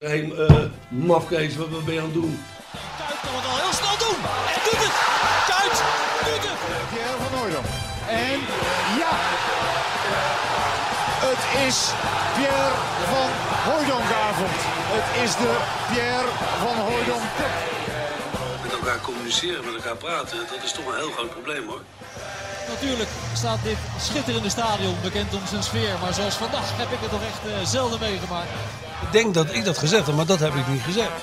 Mafkees, wat ben je aan het doen? Kuyt kan het al heel snel doen. En doet het. Kuyt doet het. Pierre van Hooijdonk. En ja. Het is Pierre van Hooijdonkavond. Het is de Pierre van Hooijdonk Cup. Met elkaar communiceren, met elkaar praten, dat is toch een heel groot probleem hoor. Natuurlijk staat dit schitterende stadion bekend om zijn sfeer. Maar zoals vandaag heb ik het toch echt zelden meegemaakt. Ik denk dat ik dat gezegd heb, maar dat heb ik niet gezegd.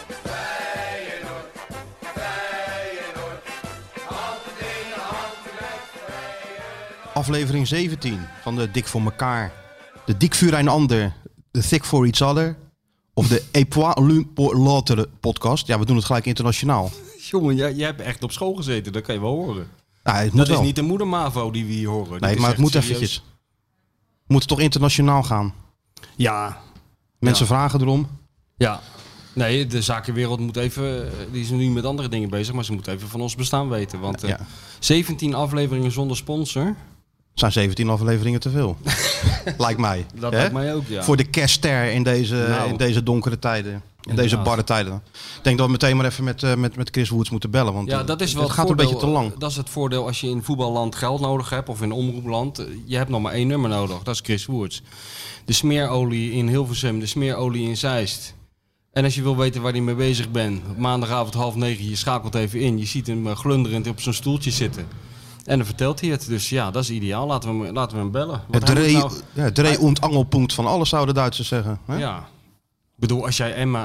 Aflevering 17 van de Dik voor elkaar. De Dik voor een ander. De Thick for each other. Of de Epois l'un pour l'autre podcast. Ja, we doen het gelijk internationaal. Jongen, jij hebt echt op school gezeten, dat kan je wel horen. Ja, het moet Dat wel. is niet de moeder-MAVO die we hier horen. Nee, maar het moet serieus. eventjes. We moeten toch internationaal gaan. Ja. Mensen vragen erom. Ja. Nee, de zakenwereld moet even... Die is nu met andere dingen bezig, maar ze moet even van ons bestaan weten. Want 17 afleveringen zonder sponsor... Zijn 17 afleveringen te veel. Lijkt mij. Dat Hè? lijkt mij ook, ja. Voor de kerstster in deze donkere tijden. In deze barre tijden. Ik denk dat we meteen maar even met Chris Woods moeten bellen. Want ja, dat is wel het gaat voordeel, een beetje te lang. Dat is het voordeel als je in voetballand geld nodig hebt. Of in omroepland. Je hebt nog maar 1 nummer nodig. Dat is Chris Woods. De smeerolie in Hilversum. De smeerolie in Zeist. En als je wil weten waar hij mee bezig bent. Maandagavond 8:30. Je schakelt even in. Je ziet hem glunderend op zo'n stoeltje zitten. En dan vertelt hij het. Dus ja, dat is ideaal. Laten we hem bellen. Het Dreh- und Angelpunt van alles, zouden de Duitsers zeggen. Hè? Ja. Ik bedoel, als jij Emma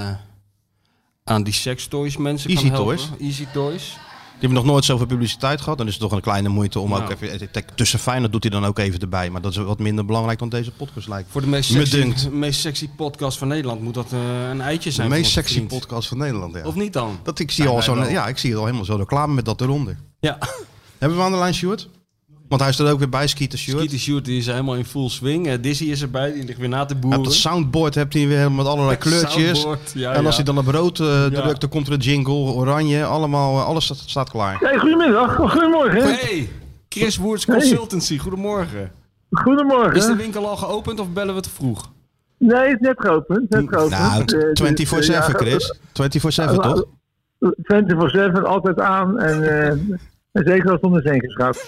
aan die sextoys mensen Easy kan helpen. Toys. Easy Toys. Die hebben nog nooit zoveel publiciteit gehad. Dan is het toch een kleine moeite om ook Nou. even... Tussen Feyenoord doet hij dan ook even erbij. Maar dat is wat minder belangrijk dan deze podcast lijkt. Voor de meest sexy podcast van Nederland moet dat een eitje De zijn. meest van onze sexy vriend. podcast van Nederland, ja. Of niet dan? Ik zie het al helemaal zo reclame met dat eronder. Ja. Hebben we aan de lijn Sjoerd? Want hij is er ook weer bij, Skeeter Sjoerd. Skeeter Sjoerd die is helemaal in full swing. Dizzy is erbij, die ligt weer na te boeren. Op dat soundboard hebt hij weer met allerlei kleurtjes. Soundboard, ja, en als hij ja. dan op rood drukt, dan komt er een jingle, oranje, allemaal, alles staat klaar. Hey, goedemiddag. Goedemorgen. Hey, Chris Woods Consultancy, goedemorgen. Goedemorgen. Is de winkel al geopend of bellen we te vroeg? Nee, het is net geopend. Nou, 24/7 Chris. 24/7 toch? 24/7, altijd aan. En zeker als het om de zenkers gaat.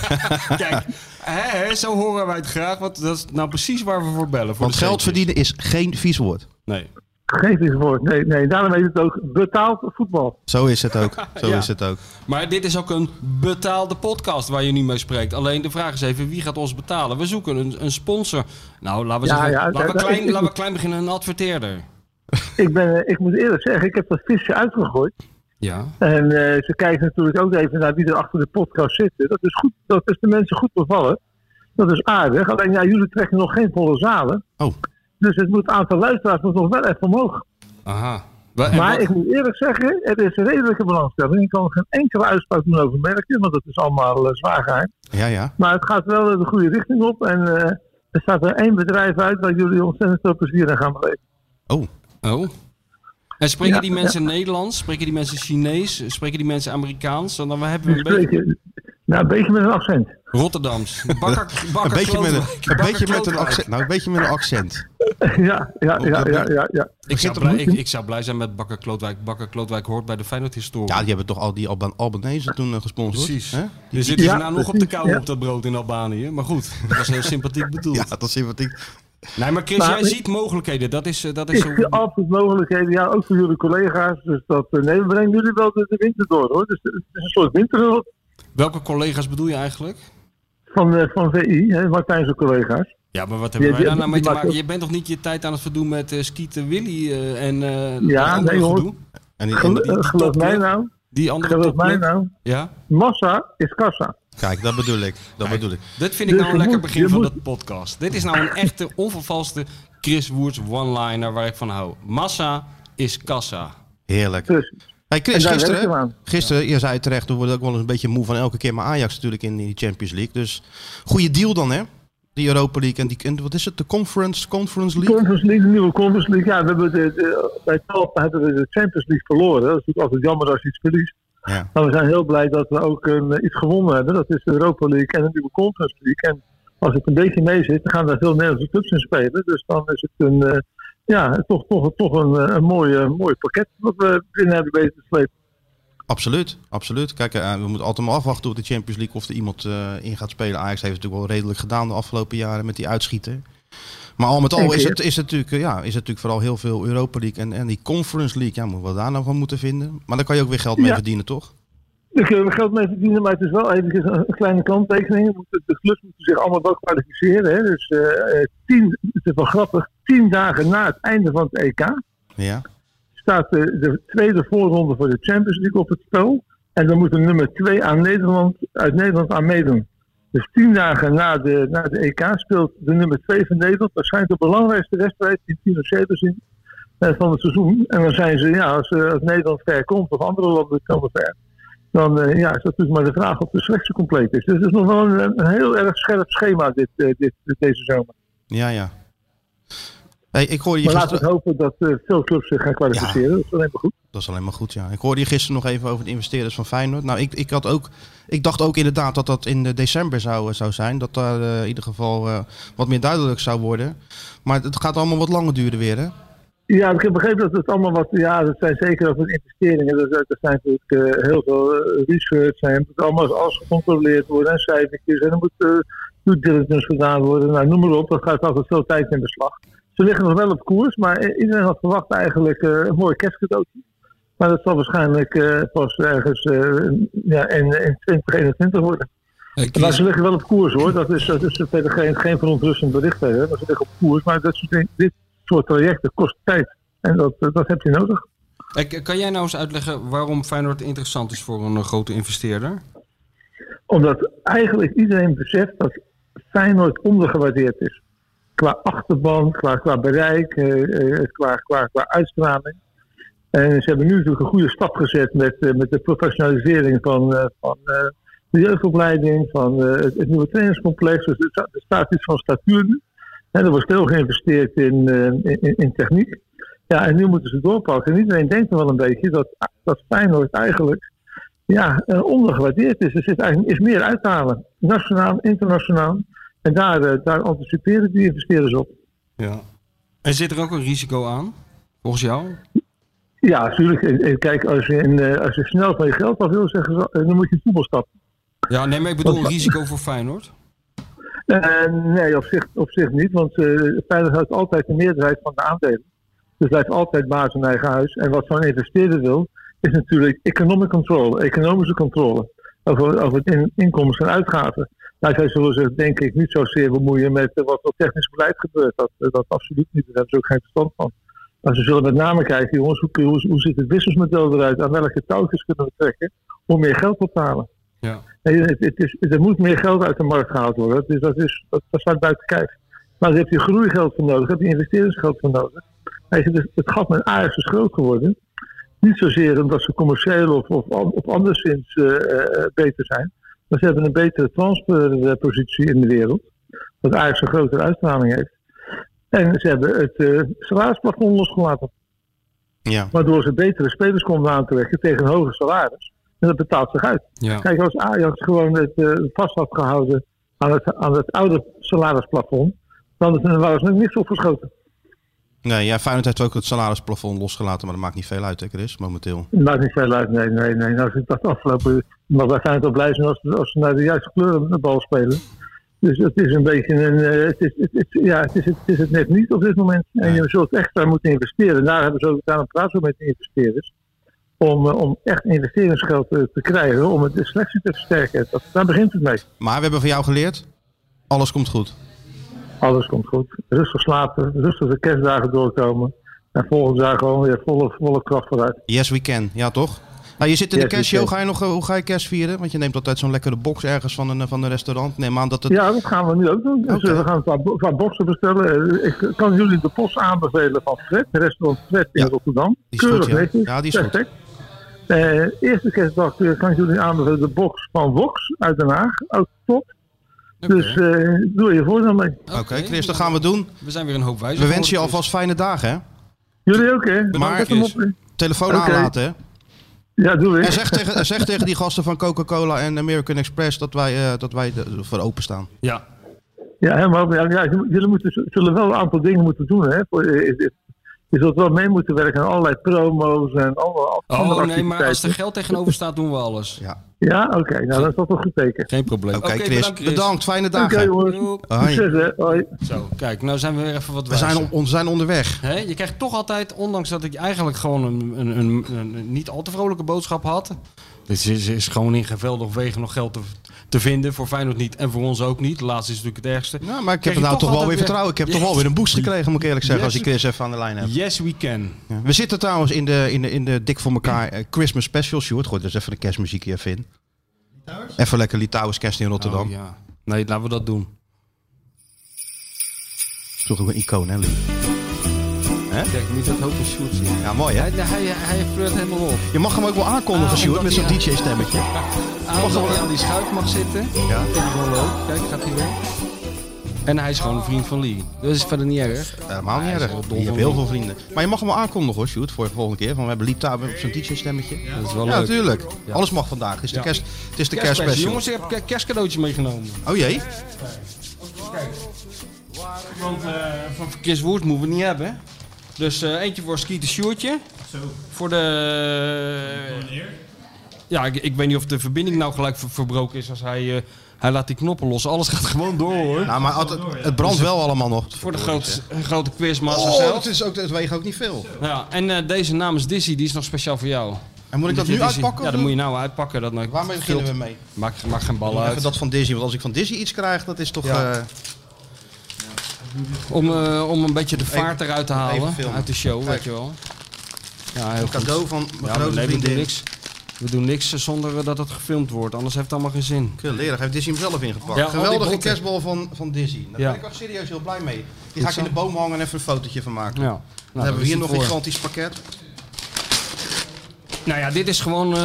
Kijk, zo horen wij het graag. Want dat is nou precies waar we voor bellen. Voor Want de geld centjes. verdienen is geen vies woord. Nee. Geen vies woord. Nee, daarom heet het ook betaald voetbal. Zo is het ook. Ja. Is het ook. Maar dit is ook een betaalde podcast waar je nu mee spreekt. Alleen de vraag is even, wie gaat ons betalen? We zoeken een sponsor. Nou, laten we zeggen, laten we klein beginnen, een adverteerder. Ik moet eerlijk zeggen, ik heb dat visje uitgegooid. Ja. En ze kijken natuurlijk ook even naar wie er achter de podcast zit. Dat is goed. Dat is de mensen goed bevallen. Dat is aardig. Alleen ja, jullie trekken nog geen volle zalen. Oh. Dus het aantal luisteraars moet nog wel even omhoog. Aha. Maar ik moet eerlijk zeggen, het is een redelijke belangstelling. Ik kan geen enkele uitspraak doen over merken, want dat is allemaal zwaar geheim. Ja. Maar het gaat wel de goede richting op. En er staat er 1 bedrijf uit waar jullie ontzettend veel plezier aan gaan beleven. Oh. En spreken die mensen Nederlands? Spreken die mensen Chinees? Spreken die mensen Amerikaans? Dan hebben we een beetje met een accent. Rotterdams. Een beetje met een accent. Nou, een beetje met een accent. Ja. Ik zou blij zijn met Bakker Klootwijk. Bakker Klootwijk hoort bij de Feyenoord-historie. Ja, die hebben toch al die Albanese toen gesponsord. Precies. Hè? Die zitten ze nou nog op de kou op dat brood in Albanië. Maar goed, dat was heel sympathiek bedoeld. Ja, dat is sympathiek. Nee, maar Chris, jij ziet mogelijkheden. Dat is ik zo... zie altijd mogelijkheden, ja, ook voor jullie collega's. Dus we brengen jullie wel de winter door, hoor. Dus het is een soort winterhulp. Welke collega's bedoel je eigenlijk? Van VI, hè, Martijnse collega's. Ja, maar wat hebben wij daar nou mee te maken? Je bent toch niet je tijd aan het verdoen met Skeeter Willy en hoor. Geloof mij nou. Die andere Geloof mij nou. Ja? Massa is kassa. Kijk, dat bedoel ik. Dit vind ik nou een lekker begin van de podcast. Dit is nou een echte, onvervalste Chris Woods one-liner waar ik van hou. Massa is kassa. Heerlijk. Precies. Hey Chris, gisteren, je zei terecht, we worden ook wel eens een beetje moe van elke keer maar Ajax natuurlijk in die Champions League. Dus goede deal dan, hè? Die Europa League en wat is het? De Conference League? De nieuwe Conference League. Ja, we hebben bij Talpa hebben we de Champions League verloren. Dat is natuurlijk altijd jammer als je iets verliest. Ja. Maar we zijn heel blij dat we ook iets gewonnen hebben. Dat is de Europa League en de nieuwe Conference League. En als het een beetje mee zit, dan gaan daar veel Nederlandse clubs in spelen. Dus dan is het toch een mooi pakket wat we binnen hebben bezig te slepen. Absoluut. Kijk, we moeten altijd maar afwachten op de Champions League of er iemand in gaat spelen. Ajax heeft het natuurlijk wel redelijk gedaan de afgelopen jaren met die uitschieter. Maar al met al is het natuurlijk vooral heel veel Europa League en die Conference League. Ja, moeten we daar nou van moeten vinden. Maar daar kan je ook weer geld mee verdienen, toch? Daar kunnen we geld mee verdienen, maar het is wel even een kleine kanttekening. De clubs moeten zich allemaal wel kwalificeren. Hè? Dus het is wel grappig, 10 dagen na het einde van het EK staat de tweede voorronde voor de Champions League op het spel. En dan moet de nummer 2 uit Nederland aan meedoen. Dus 10 dagen na de EK speelt de nummer 2 van Nederland waarschijnlijk de belangrijkste wedstrijd in financiële zin van het seizoen. En dan zijn ze, als Nederland ver komt of andere landen komen ver, dan is dat natuurlijk maar de vraag of de selectie compleet is. Dus het is nog wel een heel erg scherp schema deze zomer. Ja. Hey, ik hoorde je maar laten we hopen dat veel clubs zich gaan kwalificeren. Dat is alleen maar goed. Dat is alleen maar goed, ja. Ik hoorde je gisteren nog even over de investeerders van Feyenoord. Nou, ik dacht ook inderdaad dat dat in december zou zijn. Dat daar in ieder geval wat meer duidelijk zou worden. Maar het gaat allemaal wat langer duren weer, hè? Ja, ik heb begrepen dat het allemaal wat... Ja, dat zijn zeker over investeringen. Er zijn natuurlijk heel veel research. En het moet allemaal alles gecontroleerd worden. En cijfertjes. En er moet due diligence gedaan worden. Nou, noem maar op. Dat gaat altijd veel tijd in beslag. Ze liggen nog wel op koers. Maar iedereen had verwacht eigenlijk een mooi kerstcadeautje. Maar dat zal waarschijnlijk pas ergens in 2021 worden. Maar ze liggen wel op koers, hoor. Dat is verder geen verontrustend bericht. Maar ze liggen op koers. Maar dit soort trajecten kost tijd. En dat heb je nodig. Kan jij nou eens uitleggen waarom Feyenoord interessant is voor een grote investeerder? Omdat eigenlijk iedereen beseft dat Feyenoord ondergewaardeerd is. Qua achterban, qua bereik, qua uitstraling. En ze hebben nu natuurlijk een goede stap gezet met de professionalisering van de jeugdopleiding, van het nieuwe trainingscomplex. Dus er staat iets van statuur nu. En er wordt veel geïnvesteerd in techniek. Ja, en nu moeten ze doorpakken. En iedereen denkt er wel een beetje dat Feyenoord eigenlijk ondergewaardeerd is. Er zit eigenlijk meer uit te halen. Nationaal, internationaal. En daar anticiperen die investeerders op. Ja. En zit er ook een risico aan, volgens jou? Ja, natuurlijk. Kijk, als je snel van je geld af wil, zeggen ze, dan moet je voetbal stappen. Ja, nee, maar ik bedoel een risico voor Feyenoord? Nee, op zich niet. Want Feyenoord houdt altijd de meerderheid van de aandelen. Dus blijft altijd baas in eigen huis. En wat zo'n investeerder wil, is natuurlijk economische controle. Over het inkomsten en uitgaven. Nou, zij zullen zich denk ik niet zozeer bemoeien met wat op technisch beleid gebeurt. Dat absoluut niet. Daar hebben ze ook geen verstand van. Maar ze zullen met name kijken, jongens, hoe ziet het businessmodel eruit? Aan welke touwtjes kunnen we trekken om meer geld op te halen? Ja. Er moet meer geld uit de markt gehaald worden. Dat staat buiten kijf. Maar daar heb je groeigeld voor nodig, daar heb je investeringsgeld voor nodig. Het gat met Ajax is groot geworden. Niet zozeer omdat ze commercieel of anderszins beter zijn. Maar ze hebben een betere transferpositie in de wereld. Dat Ajax een grotere uitstraling heeft. En ze hebben het salarisplafond losgelaten. Ja. Waardoor ze betere spelers konden aantrekken tegen een hoger salaris. En dat betaalt zich uit. Ja. Kijk, als Ajax gewoon het vast had gehouden aan het oude salarisplafond, dan waren ze nog niks opgeschoten. Nee, ja, Feyenoord heeft ook het salarisplafond losgelaten, maar dat maakt niet veel uit, hè, Chris, momenteel. Dat maakt niet veel uit, nee. Nou, ik dacht afgelopen, maar wij zijn het wel blij zijn als ze naar de juiste kleuren de bal spelen. Dus het is een beetje het is het net niet op dit moment. En je zult extra moeten investeren. Daar hebben ze ook een praat met de investeerders. Om echt investeringsgeld te krijgen om de selectie te versterken. Daar begint het mee. Maar we hebben van jou geleerd, alles komt goed. Alles komt goed. Rustig slapen, rustig de kerstdagen doorkomen. En volgend jaar gewoon weer volle kracht vooruit. Yes we can, ja toch? Nou, je zit in de kerstshow, hoe ga je kerst vieren? Want je neemt altijd zo'n lekkere box ergens van een restaurant. Neem aan dat het... Ja, dat gaan we nu ook doen. Dus we gaan een paar boxen bestellen. Ik kan jullie de post aanbevelen van Fred, restaurant Fred in Rotterdam. Die is goed, ja. Ja, die is goed. Eerste kerstdag kan ik jullie aanbevelen de box van Vox uit Den Haag. Ook top. Okay. Dus doe je voordeel mee. Oké, Chris, dat gaan we doen. We zijn weer een hoop wijzer. We wensen je alvast fijne dagen, hè? Jullie ook, hè? Maar telefoon aanlaten, hè? Ja, doe ik. En zeg tegen die gasten van Coca-Cola en American Express dat wij voor openstaan. Ja. Ja, maar jullie zullen wel een aantal dingen moeten doen, hè? Je zult wel mee moeten werken aan allerlei promo's en alle andere nee, maar als er geld tegenover staat, doen we alles. Ja, oké. Nou, dat is toch een goed teken. Geen probleem. Oké, Chris. Bedankt. Fijne dagen. Oké, jongens. Succes, hè. Hoi. Zo, kijk, nou zijn we weer even wat We zijn onderweg. Hè? Je krijgt toch altijd, ondanks dat ik eigenlijk gewoon een niet al te vrolijke boodschap had. Dit is gewoon in geweldig wegen nog geld te vinden. Voor Feyenoord niet en voor ons ook niet. De laatste is natuurlijk het ergste. Nou, maar ik heb er nou toch wel weer vertrouwen. Ik heb toch wel weer een boost gekregen, moet ik eerlijk zeggen, als ik Chris even aan de lijn heb. Yes, we can. Ja. We zitten trouwens in de Dik voor elkaar Christmas Special. Sjoerd, gooi dus even de kerstmuziek hier even in. Even lekker Litouwers kerst in Rotterdam. Oh, ja. Nee, laten we dat doen. Toch ook een icoon, hè, Lee? Kijk, niet dat hoofd van Sjoerd zien. Ja, mooi, hè? Hij flirt helemaal op. Je mag hem ook wel aankondigen, Sjoerd, met zo'n DJ-stemmetje. Als hij aan die schuif mag zitten. Ja. Dat is wel leuk. Kijk, gaat hij weer. En hij is gewoon een vriend van Lee. Dat is verder niet erg. Helemaal niet erg. Je hebt heel veel vrienden. Maar je mag hem wel aankondigen, hoor, Sjoerd, voor de volgende keer. Van, we hebben Lita op zo'n DJ-stemmetje. Ja, dat is wel leuk. Ja, natuurlijk. Ja. Alles mag vandaag. Het is de Kerstspecial. kerstspecial. Jongens, ik heb kerstcadeautjes meegenomen. Oh jee. Kijk. Want van Chris Woert moeten we niet hebben. Dus eentje voor Skeeter Sjoerdje. Zo. Voor de... Wanneer? Ja, ik weet niet of de verbinding nou gelijk verbroken is als hij laat die knoppen los. Alles gaat gewoon door, hoor. Nou, maar het brandt wel allemaal nog. Voor de grote quizmaster zelf. Het weegt ook niet veel. Ja, en deze namens Dizzy, die is nog speciaal voor jou. En moet ik dat nu uitpakken? Ja, dat moet je nou uitpakken. Waarmee beginnen we mee? Maak geen ballen Even uit. dat van Disney, want als ik van Disney iets krijg, dat is toch... Ja. Om een beetje de vaart eruit te halen uit de show, Kijk. weet je wel. Ja, heel Een cadeau goed. van mijn Ja, grote nee, vriendin. we doen niks zonder dat het gefilmd wordt, anders heeft het allemaal geen zin. Leraar heeft Disney hem zelf ingepakt. Ja, al die Geweldige botten. kerstbal van Disney. Daar Ja. ben ik ook serieus heel blij mee. Die ga ik in de boom hangen en even een fotootje van maken. Ja. Dan Nou, hebben we hier is nog het een voor. gigantisch pakket. Nou ja, dit is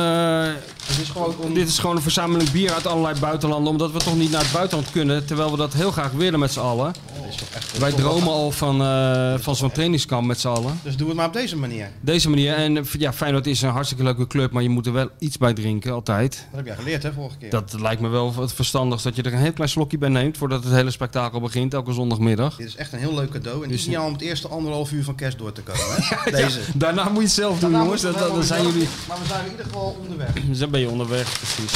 gewoon een verzameling bier uit allerlei buitenlanden, omdat we toch niet naar het buitenland kunnen, terwijl we dat heel graag willen met z'n allen. Wij dromen al van zo'n trainingskamp met z'n allen. Dus doe het maar op deze manier. Deze manier. En ja, Feyenoord is een hartstikke leuke club, maar je moet er wel iets bij drinken, altijd. Dat heb jij geleerd, hè, vorige keer. Dat lijkt me wel het verstandigst, dat je er een heel klein slokje bij neemt voordat het hele spektakel begint, elke zondagmiddag. Dit is echt een heel leuk cadeau. En het is niet al om het eerste 1,5 uur van kerst door te komen. Hè? Ja, Deze. daarna moet je het zelf doen, jongens. Dan zijn jullie... Maar we zijn in ieder geval onderweg. Dan ben je onderweg, precies.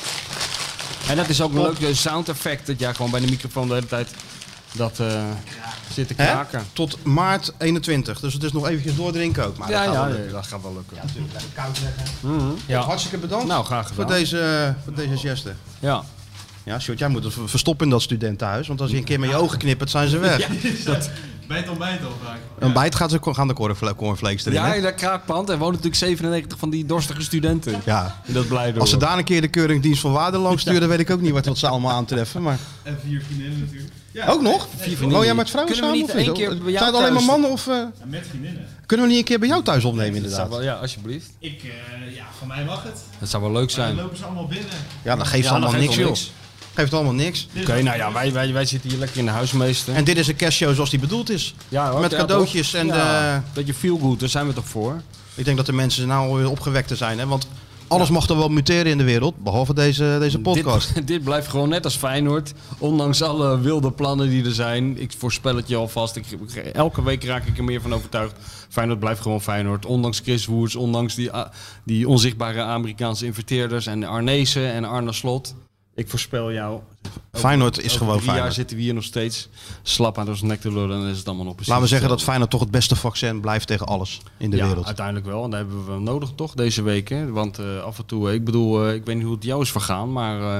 En dat is ook een leuk sound effect, dat jij gewoon bij de microfoon de hele tijd dat zit te kraken. Hè? Tot maart 21. Dus het is nog eventjes doordrinken ook. Maar dat gaat wel lukken. dat gaat wel lukken. Ja, natuurlijk. Lekker koud leggen. Ja. Hartstikke bedankt Nou, graag voor gedaan. deze geste. Ja. Ja, Sjoerd, jij moet het verstoppen in dat studentenhuis. Want als je een keer met je ogen knippert, zijn ze weg. Bij het ontbijt al vaak. Een bijt gaan de cornflakes erin. Ja, hè? in dat kraakpand. Er wonen natuurlijk 97 van die dorstige studenten. Ja. Dat blij door. Als ze daar een keer de keuringsdienst van waarde langs sturen, weet ik ook niet wat ze allemaal aantreffen. Maar... En 4 vriendinnen natuurlijk. Ja, Ook nog? 4 vriendinnen. Oh ja, met vrouwen Kunnen we samen? niet of één keer bij jou zijn het alleen maar thuis? mannen? Of, ja, met vriendinnen. kunnen we niet een keer bij jou thuis opnemen Dat zou inderdaad? wel, ja, alsjeblieft. Van mij mag het. Dat zou wel leuk Dan zijn. lopen ze allemaal binnen. Ja, dat geeft allemaal dat geeft niks, wel joh. Geeft allemaal niks. Oké, nou ja, wij zitten hier lekker in de huismeester. En dit is een kerstshow zoals die bedoeld is. Ja, hoor, met ja, cadeautjes toch? en Ja, beetje feel good, daar zijn we toch voor. ik denk dat de mensen nou alweer opgewekt te zijn. Hè? Want alles mag er wel muteren in de wereld, behalve deze podcast. Dit blijft gewoon net als Feyenoord. Ondanks alle wilde plannen die er zijn. Ik voorspel het je alvast. Elke week raak ik er meer van overtuigd. Feyenoord blijft gewoon Feyenoord. Ondanks Chris Woerts, ondanks die onzichtbare Amerikaanse investeerders en Arnezen en Arne Slot. Ik voorspel jou. Feyenoord is gewoon 3 jaar Feyenoord. zitten we hier nog steeds slap aan ons nek te lullen en dan is het allemaal nog precies. Laten we zeggen dat hetzelfde. Feyenoord toch het beste vaccin blijft tegen alles in de wereld. Uiteindelijk wel. En dat hebben we wel nodig toch deze week. Hè? Want af en toe, ik bedoel, ik weet niet hoe het jou is vergaan, maar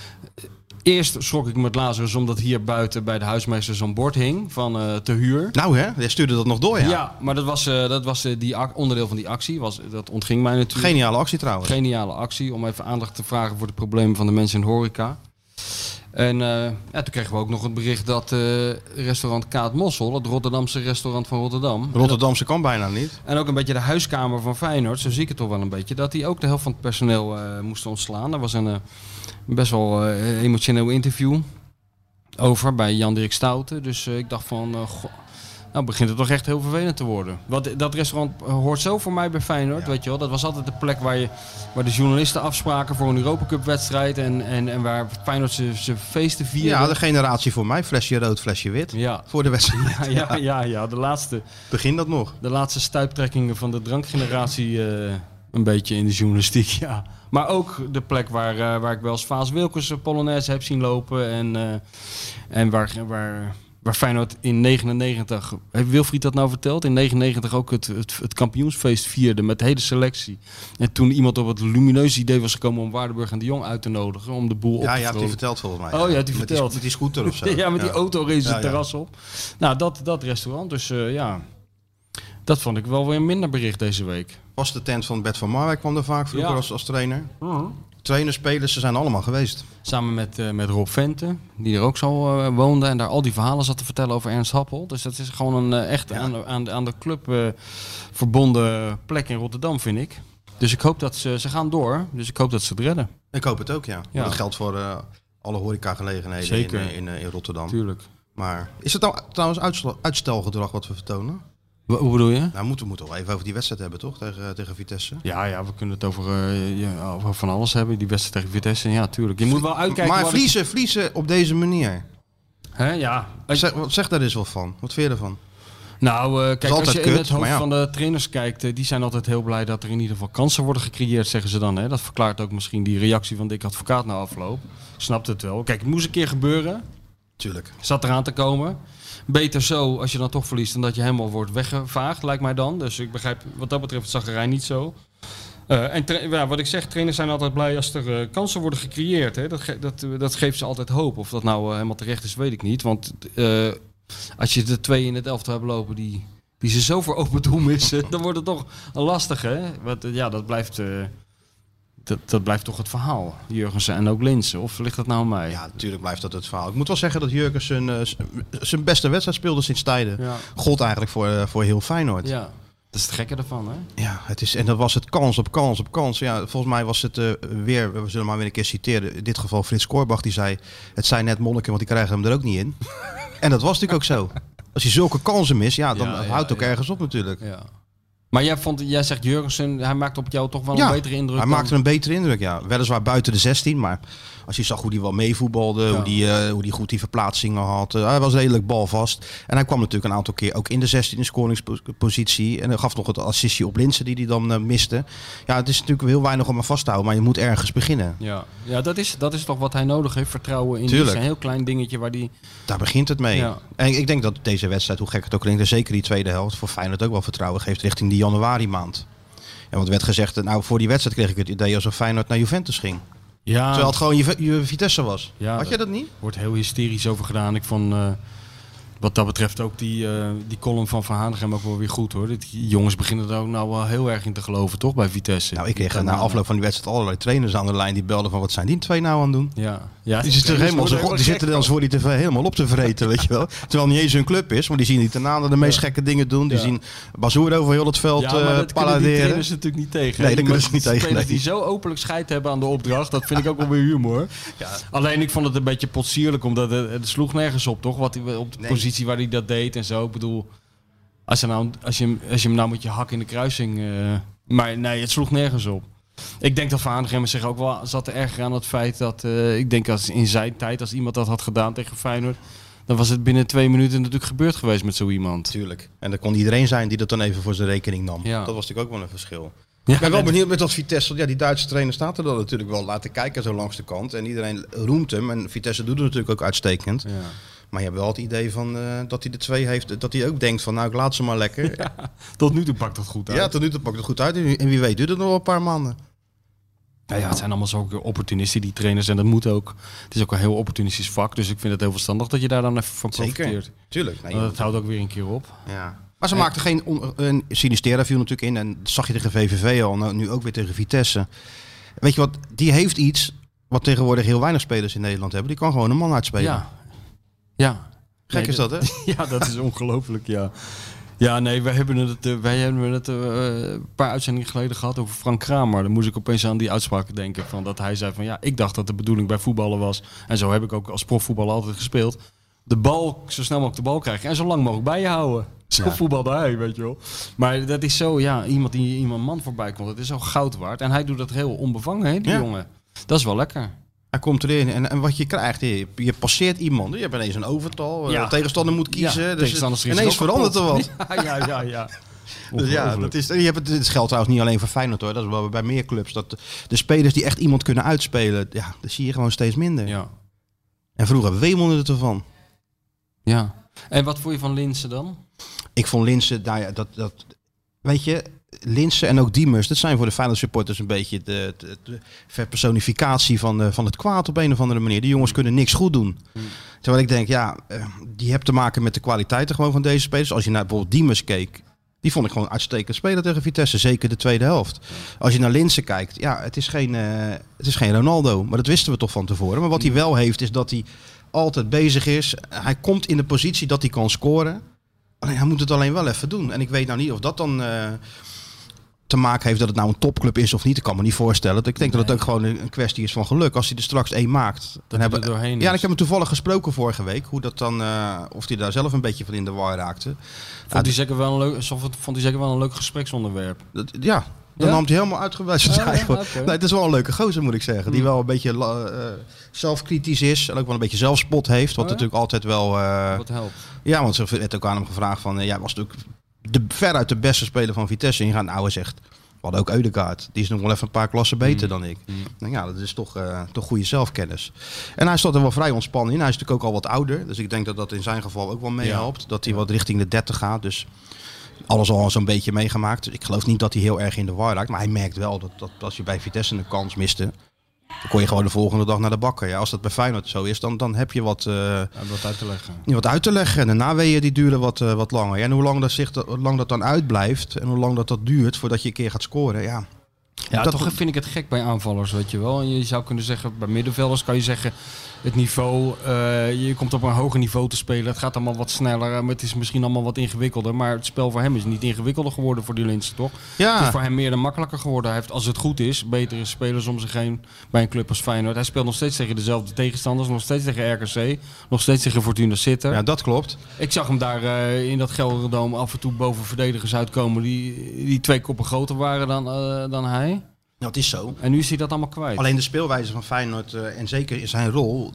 eerst schrok ik met Lazarus omdat hier buiten bij de huismeester zo'n bord hing van te huur. Nou hè, jij stuurde dat nog door, ja. Ja, maar dat was onderdeel van die actie. Dat ontging mij natuurlijk. Geniale actie trouwens. Geniale actie om even aandacht te vragen voor de problemen van de mensen in horeca. En toen kregen we ook nog het bericht dat restaurant Kaat Mossel, het Rotterdamse restaurant van Rotterdam. Rotterdamse kan bijna niet. En ook een beetje de huiskamer van Feyenoord, zo zie ik het toch wel een beetje, dat die ook de helft van het personeel moesten ontslaan. Er was een best wel emotioneel interview over bij Jan-Dirk Stouten. Dus ik dacht van, Nou begint het toch echt heel vervelend te worden. Want dat restaurant hoort zo voor mij bij Feyenoord, weet je wel. Dat was altijd de plek waar de journalisten afspraken voor een Europa Cup wedstrijd. En waar Feyenoord zijn feesten vierde. Ja, de generatie voor mij. Flesje rood, flesje wit. Ja. Voor de wedstrijd. Ja, de laatste. Begin dat nog. De laatste stuiptrekkingen van de drankgeneratie een beetje in de journalistiek, ja. Maar ook de plek waar ik wel eens Vaas Wilkens Polonaise heb zien lopen. En waar Feyenoord in 99, heeft Wilfried dat nou verteld? In 99 ook het kampioensfeest vierde met de hele selectie. En toen iemand op het lumineuze idee was gekomen om Waardenburg en de Jong uit te nodigen. Om de boel op te Ja, vrolijken. die verteld volgens mij. Oh ja, die verteld. Met die scooter of zo. Ja, met die auto race het Ja. terras op. Nou, dat restaurant. Dus ja, dat vond ik wel weer een minder bericht deze week. Was de tent van Bert van Marwijk kwam er vaak vroeger Ja. als trainer. Trainers, spelers, ze zijn allemaal geweest. Samen met Rob Vente, die er ook zo woonde. En daar al die verhalen zat te vertellen over Ernst Happel. Dus dat is gewoon een echt aan de club verbonden plek in Rotterdam, vind ik. Dus ik hoop dat ze gaan door. Dus ik hoop dat ze het redden. Ik hoop het ook, ja. Ja. Dat geldt voor alle horecagelegenheden Zeker. in Rotterdam. Tuurlijk. Maar is het nou trouwens uitstelgedrag wat we vertonen? Hoe bedoel je? Nou, we moeten wel even over die wedstrijd hebben, toch? Tegen Vitesse. Ja, we kunnen het over van alles hebben. Die wedstrijd tegen Vitesse, ja, tuurlijk. Je moet wel uitkijken. Maar verliezen op deze manier. Hè, ja. Zeg daar eens wel van. Wat vind je ervan? Nou, kijk, als je in het hoofd maar ja. van de trainers kijkt, die zijn altijd heel blij dat er in ieder geval kansen worden gecreëerd, zeggen ze dan. Hè? Dat verklaart ook misschien die reactie van Dick Advocaat na afloop. Ik snap het wel. Kijk, het moest een keer gebeuren. Tuurlijk. Zat eraan te komen. Beter zo, als je dan toch verliest, dan dat je helemaal wordt weggevaagd, lijkt mij dan. Dus ik begrijp wat dat betreft het zaggerij niet zo. Wat ik zeg, trainers zijn altijd blij als er kansen worden gecreëerd. Hè? Dat geeft ze altijd hoop. Of dat nou helemaal terecht is, weet ik niet. Want als je de twee in het elftal hebt lopen die ze zo voor open doel missen, dan wordt het toch lastig, hè? Want dat blijft toch het verhaal. Jurgensen en ook Linssen. Of ligt dat nou aan mij? Ja, natuurlijk blijft dat het verhaal. Ik moet wel zeggen dat Jurgensen zijn beste wedstrijd speelde sinds tijden. Ja. Gold eigenlijk voor heel Feyenoord. Ja, dat is het gekke ervan, hè? Ja, en dat was het kans op kans op kans. Ja, volgens mij was het weer, we zullen maar weer een keer citeren, in dit geval Frits Korbach, die zei, het zijn net monniken, want die krijgen hem er ook niet in. En dat was natuurlijk ook zo. Als je zulke kansen mist, dan houdt ook ergens op natuurlijk. Ja. Maar jij zegt Jurgensen, hij maakt op jou toch wel een betere indruk? Hij maakte een betere indruk, ja. Weliswaar buiten de 16, maar als je zag hoe hij wel meevoetbalde, hoe die goed die verplaatsingen had. Hij was redelijk balvast. En hij kwam natuurlijk een aantal keer ook in de 16 in scoringspositie. En hij gaf nog het assistje op Linssen die hij dan miste. Ja, het is natuurlijk heel weinig om hem vast te houden, maar je moet ergens beginnen. Ja, dat is toch wat hij nodig heeft, vertrouwen in. Tuurlijk. Die is een heel klein dingetje waar die... Daar begint het mee. Ja. En ik denk dat deze wedstrijd, hoe gek het ook klinkt, en zeker die tweede helft, voor Feyenoord ook wel vertrouwen geeft richting die januari maand. En wat werd gezegd, nou voor die wedstrijd kreeg ik het idee alsof Feyenoord naar Juventus ging. Ja. Terwijl het gewoon je Vitesse was. Ja, had je dat niet? Wordt heel hysterisch over gedaan. Ik vond wat dat betreft ook die column van Hanegem ook wel weer goed, hoor. Die jongens beginnen er ook nou wel heel erg in te geloven, toch, bij Vitesse. Nou, ik kreeg na afloop van die wedstrijd allerlei trainers aan de lijn die belden van wat zijn die twee nou aan het doen? Ja, die zitten dan voor die tv helemaal op te vreten, weet je wel. Terwijl het niet eens hun club is, maar die zien die daarna de meest gekke dingen doen. Die zien Bazoer over heel het veld paladeren. kunnen die trainers natuurlijk niet tegen. Nee, dat kunnen ze niet tegen. Spelers die zo openlijk scheid hebben aan de opdracht, dat vind ik ook wel weer humor. Ja. Alleen ik vond het een beetje potsierlijk, omdat het sloeg nergens op, toch? Wat hij op de positie waar hij dat deed en zo. Ik bedoel, als je hem nou met je hak in de kruising... maar nee, het sloeg nergens op. Ik denk dat Van Hanegem zich ook wel zat te ergeren aan het feit dat... ik denk als in zijn tijd, als iemand dat had gedaan tegen Feyenoord... dan was het binnen 2 minuten natuurlijk gebeurd geweest met zo iemand. Tuurlijk. En er kon iedereen zijn die dat dan even voor zijn rekening nam. Ja. Dat was natuurlijk ook wel een verschil. Ja, ik ben wel benieuwd met dat Vitesse. Ja, die Duitse trainer staat er dan natuurlijk wel laten kijken zo langs de kant. En iedereen roemt hem. En Vitesse doet het natuurlijk ook uitstekend. Ja. Maar je hebt wel het idee van dat hij de 2 heeft. Dat hij ook denkt van nou ik laat ze maar lekker. Ja, tot nu toe pakt het goed uit. Ja, tot nu toe pakt het goed uit. En wie weet duurt het nog wel een paar maanden. Nou ja, het zijn allemaal zo opportunisten, die trainers. En dat moet ook. Het is ook een heel opportunistisch vak. Dus ik vind het heel verstandig dat je daar dan even van profiteert. Zeker, tuurlijk. Nee, dat houdt ook weer een keer op. Ja. Maar ze maakten geen... Sinisterra viel natuurlijk in. En dat zag je tegen VVV al. Nu ook weer tegen Vitesse. Weet je wat? Die heeft iets wat tegenwoordig heel weinig spelers in Nederland hebben. Die kan gewoon een man uitspelen. Ja. Gek is dat, hè? Ja, dat is ongelooflijk, ja. Ja, nee, wij hebben het een paar uitzendingen geleden gehad over Frank Kramer. Dan moest ik opeens aan die uitspraak denken. Van dat hij zei van ja, ik dacht dat de bedoeling bij voetballen was. En zo heb ik ook als profvoetballer altijd gespeeld. De bal, zo snel mogelijk de bal krijgen en zo lang mogelijk bij je houden. Zo voetbalde hij, weet je wel. Maar dat is zo, iemand die iemand man voorbij komt. Het is zo goud waard. En hij doet dat heel onbevangen, hè, die jongen. Dat is wel lekker. Hij komt erin en wat je krijgt, je passeert iemand. Je hebt ineens een overtal. De tegenstander moet kiezen. Dus ineens verandert er wat. Ja. Dus het geldt trouwens niet alleen voor Feyenoord hoor. Dat is wel bij meer clubs. Dat de spelers die echt iemand kunnen uitspelen, dat zie je gewoon steeds minder. Ja. En vroeger wemelde het ervan. Ja. En wat vond je van Linssen dan? Ik vond Linssen, weet je, Linssen en ook Diemers, dat zijn voor de Feyenoord supporters een beetje de verpersonificatie van het kwaad op een of andere manier. Die jongens kunnen niks goed doen. Terwijl ik denk, die hebt te maken met de kwaliteiten gewoon van deze spelers. Als je naar bijvoorbeeld Diemers keek, die vond ik gewoon uitstekend spelen tegen Vitesse, zeker de tweede helft. Als je naar Linssen kijkt, het is geen Ronaldo, maar dat wisten we toch van tevoren. Maar wat hij wel heeft, is dat hij altijd bezig is. Hij komt in de positie dat hij kan scoren. Alleen hij moet het alleen wel even doen. En ik weet nou niet of dat dan te maken heeft dat het nou een topclub is of niet. Ik kan me niet voorstellen. Ik denk dat het ook gewoon een kwestie is van geluk. Als hij er straks 1 maakt. Dan hebben we doorheen. Ja, ik heb hem toevallig gesproken vorige week. Hoe dat dan, of hij daar zelf een beetje van in de war raakte. Vond hij zeker wel een leuk gespreksonderwerp. Dan nam hij helemaal uitgebreid. Okay. Nee, het is wel een leuke gozer, moet ik zeggen. Die wel een beetje zelfkritisch is. En ook wel een beetje zelfspot heeft. Wat natuurlijk altijd wel... wat helpt. Ja, want ze werd ook aan hem gevraagd van... was natuurlijk veruit de beste speler van Vitesse. En je gaat nou zegt... We hadden ook Ødegaard. Die is nog wel even een paar klassen beter dan ik. Nou ja, dat is toch goede zelfkennis. En hij stond er wel vrij ontspannen in. Hij is natuurlijk ook al wat ouder. Dus ik denk dat dat in zijn geval ook wel meehelpt. Dat hij wat richting de 30 gaat. Dus... Alles al zo'n beetje meegemaakt. Dus ik geloof niet dat hij heel erg in de war raakt. Maar hij merkt wel dat als je bij Vitesse een kans miste... dan kon je gewoon de volgende dag naar de bakker. Ja, als dat bij Feyenoord zo is, dan heb je wat uit te leggen. Wat uit te leggen. En de naweeën die duren wat langer. Ja, en hoe lang dat dan uitblijft en hoe lang dat duurt voordat je een keer gaat scoren. Ja, toch vind ik het gek bij aanvallers, weet je wel. En je zou kunnen zeggen, bij middenvelders kan je zeggen... Het niveau, je komt op een hoger niveau te spelen. Het gaat allemaal wat sneller. Het is misschien allemaal wat ingewikkelder. Maar het spel voor hem is niet ingewikkelder geworden voor die Linssen, toch? Ja. Het is voor hem meer dan makkelijker geworden. Hij heeft, als het goed is, betere spelers om zich heen bij een club als Feyenoord. Hij speelt nog steeds tegen dezelfde tegenstanders. Nog steeds tegen RKC. Nog steeds tegen Fortuna Sittard. Ja, dat klopt. Ik zag hem daar in dat Gelderdoom af en toe boven verdedigers uitkomen die 2 koppen groter waren dan hij. Nou, het is zo. En nu is hij dat allemaal kwijt. Alleen de speelwijze van Feyenoord en zeker in zijn rol,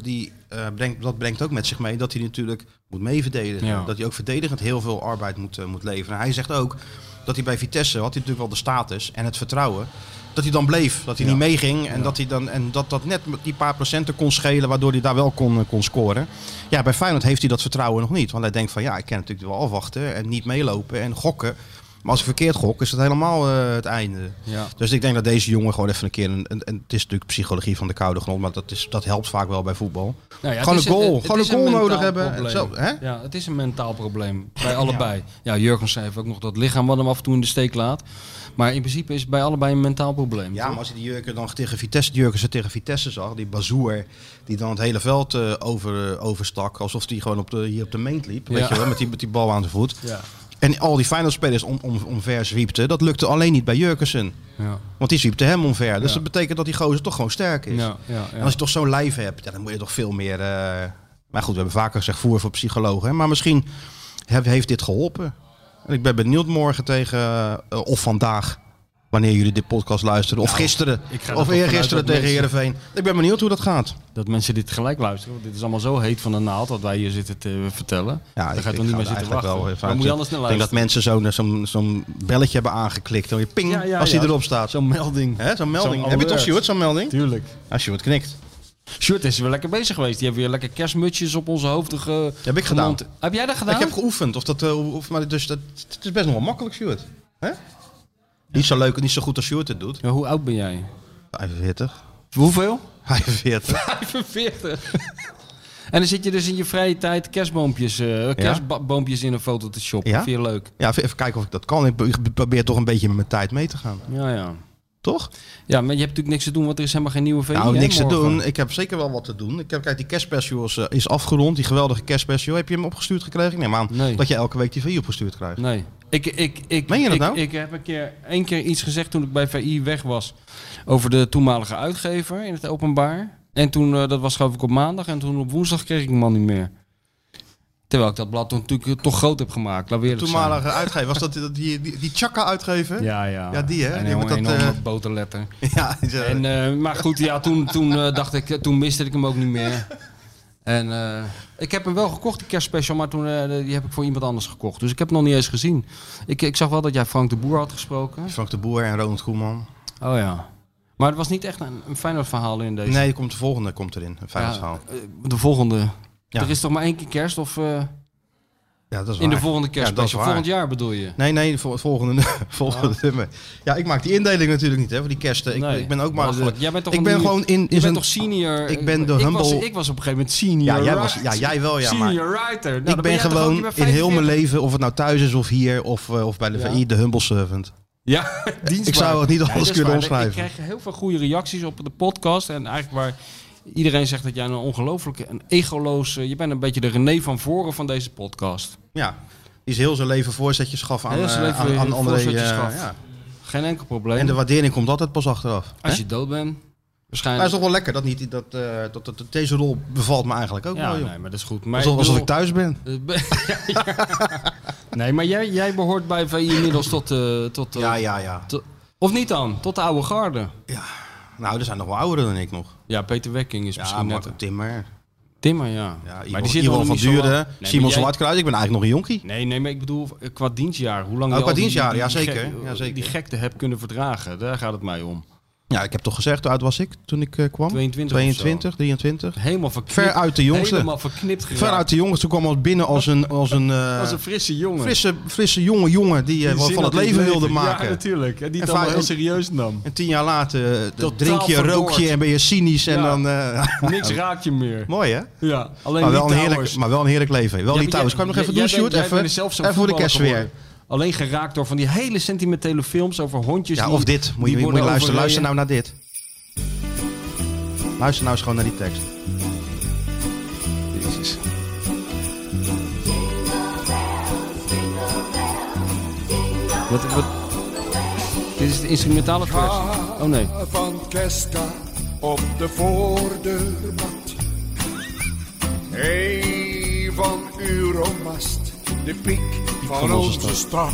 dat brengt ook met zich mee dat hij natuurlijk moet meeverdedigen. Ja. Dat hij ook verdedigend heel veel arbeid moet leveren. Hij zegt ook dat hij bij Vitesse had hij natuurlijk wel de status en het vertrouwen dat hij dan bleef, dat hij niet meeging en dat net die paar procenten kon schelen waardoor hij daar wel kon scoren. Ja, bij Feyenoord heeft hij dat vertrouwen nog niet, want hij denkt van ik kan natuurlijk wel afwachten en niet meelopen en gokken. Maar als ik verkeerd gok, is het helemaal het einde. Ja. Dus ik denk dat deze jongen gewoon even een keer... En het is natuurlijk psychologie van de koude grond, maar dat helpt vaak wel bij voetbal. Nou ja, gewoon een goal nodig hebben. Zo, hè? Ja, het is een mentaal probleem. Bij allebei. Ja, Jurgensen heeft ook nog dat lichaam wat hem af en toe in de steek laat. Maar in principe is het bij allebei een mentaal probleem. Ja, toch? Maar als je die Jurgen dan Jurgensen tegen Vitesse zag, die Bazoer, die dan het hele veld overstak, alsof hij gewoon hier op de meent liep. Weet je wel, met die bal aan zijn voet. Ja. En al die Feyenoord-spelers omver zwiepten, dat lukte alleen niet bij Jurgensen. Ja. Want die zwiepte hem omver. Dus dat betekent dat die gozer toch gewoon sterk is. Ja. En als je toch zo'n lijf hebt, dan moet je toch veel meer... Maar goed, we hebben vaker gezegd voer voor psychologen. Hè? Maar misschien heeft dit geholpen. En ik ben benieuwd morgen of vandaag... Wanneer jullie dit podcast luisteren. Of gisteren. Of eergisteren tegen Heerenveen. Ik ben benieuwd hoe dat gaat. Dat mensen dit gelijk luisteren. Want dit is allemaal zo heet van de naald wat wij hier zitten te vertellen. Ja, daar gaat toch niet meer zitten wachten. Dan moet je anders naar luisteren. Ik denk dat mensen zo'n belletje hebben aangeklikt. Dan je ping als hij erop staat. Zo'n melding. Hè, zo'n melding. Heb je toch, Sjoerd, zo'n melding? Tuurlijk. Als Sjoerd knikt. Sjoerd is weer lekker bezig geweest. Die heeft weer lekker kerstmutsjes op onze hoofden heb ik gedaan. Heb jij dat gedaan? Ik heb geoefend. Maar dus, het is best nog wel makkelijk, Sjoerd. Hè? Niet zo leuk en niet zo goed als Sjoerd het doet. Ja, hoe oud ben jij? 45. Hoeveel? 45. 45. En dan zit je dus in je vrije tijd kerstboompjes in een foto te shoppen. Ja? Vind je leuk? Ja, even kijken of ik dat kan. Ik probeer toch een beetje met mijn tijd mee te gaan. Ja. Toch? Ja, maar je hebt natuurlijk niks te doen, want er is helemaal geen nieuwe VI. Nou, niks te doen. Ik heb zeker wel wat te doen. Kijk, die kerstspecial is afgerond. Die geweldige kerstspecial. Heb je hem opgestuurd gekregen? Nee, maar dat je elke week die VI opgestuurd krijgt. Nee. Meen je dat nou? Ik heb één keer iets gezegd toen ik bij VI weg was. Over de toenmalige uitgever in het openbaar. En toen, dat was geloof ik op maandag. En toen op woensdag kreeg ik hem al niet meer. Terwijl ik dat blad natuurlijk toch groot heb gemaakt. Laat weer Toenmalige uitgever, was dat die Chaka uitgever? Ja. Ja, die hè? En Die een met dat, enorme boterletter. ja, Maar goed, ja, toen dacht ik, toen miste ik hem ook niet meer. En ik heb hem wel gekocht, die kerstspecial, maar toen die heb ik voor iemand anders gekocht. Dus ik heb hem nog niet eens gezien. Ik zag wel dat jij Frank de Boer had gesproken. Frank de Boer en Ronald Koeman. Oh ja. Maar het was niet echt een Feyenoord verhaal in deze. Nee, de volgende komt erin. Een Feyenoord verhaal. De volgende. Ja. Er is toch maar 1 keer kerst? Of Ja, dat is waar. in de volgende kerstspecial? Ja, dat is waar. Volgend jaar bedoel je? Nee, volgende nummer. Ja, ik maak die indeling natuurlijk niet, hè, voor die kerst. Ik ben ook maar... Jij bent toch ik ben gewoon in je zijn... bent toch senior? Ik ben de humble... Ik was op een gegeven moment senior. Ja, jij wel, ja. Maar senior writer. Nou, ik ben gewoon in heel mijn leven, of het nou thuis is of hier, of bij de VI, de humble servant. Ja, dienstbaar. Ik zou het niet anders kunnen omschrijven. Ik krijg heel veel goede reacties op de podcast. En eigenlijk waar iedereen zegt dat jij een ongelooflijke, een egoloos... je bent een beetje de René van Voren van deze podcast. Ja, die is heel zijn leven voorzetjes gaf aan André. Voorzetjes gaf. Ja. Geen enkel probleem. En de waardering komt altijd pas achteraf. Als je dood bent, waarschijnlijk... Maar het is toch wel lekker dat deze rol bevalt me eigenlijk ook wel, joh. Nee, maar dat is goed. Maar alsof ik thuis ben. Nee, maar jij behoort bij VI inmiddels tot... Ja. Of niet dan? Tot de oude garde. Ja. Nou, er zijn nog wel ouderen dan ik nog. Ja, Peter Wekking is misschien net... Marco Timmer. Timmer, ja. Maar die zit Iwan van Duren, Simon Zwartkruis. Ik ben eigenlijk nog een jonkie. Nee, maar ik bedoel qua dienstjaar. Hoe lang je qua al dienstjaar, ja zeker. Die gekte hebt kunnen verdragen. Daar gaat het mij om. Ja, ik heb toch gezegd, hoe oud was ik toen ik kwam? 22, 23. Helemaal verknipt. Ver uit de jongste. Helemaal verknipt geraakt. Ver uit de jongste. Toen kwam al binnen als een als een frisse jongen. Frisse jongen die van het leven wilde maken. Ja, natuurlijk. En die het allemaal heel serieus nam. En 10 jaar later drink je, rook je en ben je cynisch. En dan, niks raakt je meer. Mooi hè? Ja, alleen maar wel een heerlijk leven. Wel die Towers. Kan je nog even doen, Sjoerd? Even voor de kerst weer. Alleen geraakt door van die hele sentimentele films over hondjes. Ja, of dit. Moet je luisteren. Luister nou naar dit. Luister nou eens gewoon naar die tekst. Jezus. Wat? Dit is de instrumentale versie. Oh nee. Van Keska op de voordeur-mat. Hey, van Euromast. De piek van onze stad.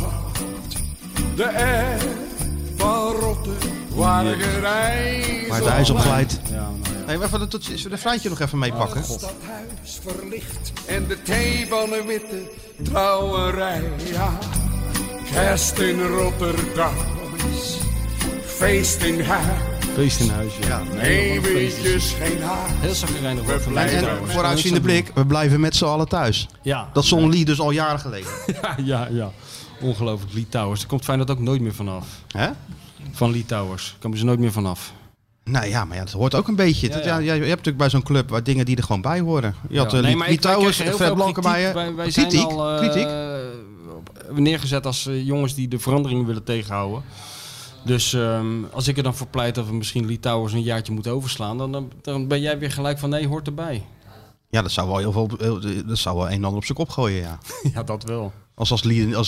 De R van Rotte. Waar gereisd. Waar het ijs op glijdt. Hey, even de fruitje nog even meepakken. Het stadhuis verlicht en de thee van een witte trouwerij. Ja, kerst in Rotterdam is feest in huis. Feest in huis, ja. Nee, weetjes geen haar. Heel zagrijnig wordt van mij. En vooruitziende blik, we blijven met z'n allen thuis. Ja. Dat zong Lee dus al jaren geleden. Ja. Ongelooflijk, Lee Towers. Er komt Feyenoord ook nooit meer vanaf. Hè? Van Lee Towers. Daar komen ze nooit meer vanaf. Nou ja, maar dat hoort ook een beetje. Ja. Je hebt natuurlijk bij zo'n club waar dingen die er gewoon bij horen. Je had Lee Towers, Fred Blankenmeijer. Wij zijn al neergezet als jongens die de veranderingen willen tegenhouden. Dus als ik er dan voor pleit dat we misschien Lee Towers een jaartje moeten overslaan, dan ben jij weer gelijk van nee, hoort erbij. Ja, dat zou wel dat zou wel een en ander op zijn kop gooien, ja. Ja, dat wel. Als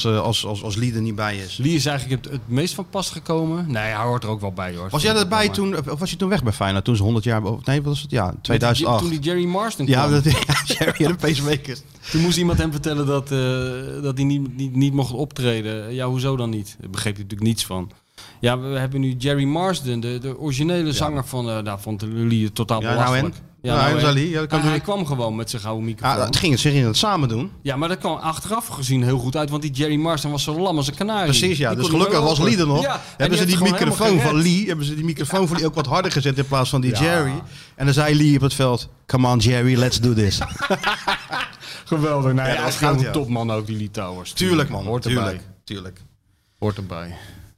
Lee er niet bij is. Lee is eigenlijk het meest van pas gekomen. Nee, hij hoort er ook wel bij, hoor. Was jij erbij toen, of was je toen weg bij Feyenoord? Toen ze 100 jaar... Nee, wat was het? Ja, 2008. Toen die Jerry Marston kwam. Ja, Jerry en de pacemakers. Toen moest iemand hem vertellen dat hij niet mocht optreden. Ja, hoezo dan niet? Daar begreep hij natuurlijk niets van. Ja, we hebben nu Jerry Marsden, de originele zanger van... Daar vond Lee totaal belachelijk. Hij kwam gewoon met zijn gouden microfoon. Ze gingen het samen doen. Ja, maar dat kwam achteraf gezien heel goed uit. Want die Jerry Marsden was zo lam als een kanarie. Precies, ja. Dus gelukkig was Lee er nog. Ja, hebben ze die microfoon van Lee ook wat harder gezet in plaats van die Jerry. En dan zei Lee op het veld... Come on Jerry, let's do this. Geweldig. Nou, dat is gewoon goed, een topman ook, die Lee Towers. Tuurlijk man, Hoort erbij. Tuurlijk. Hoort erbij.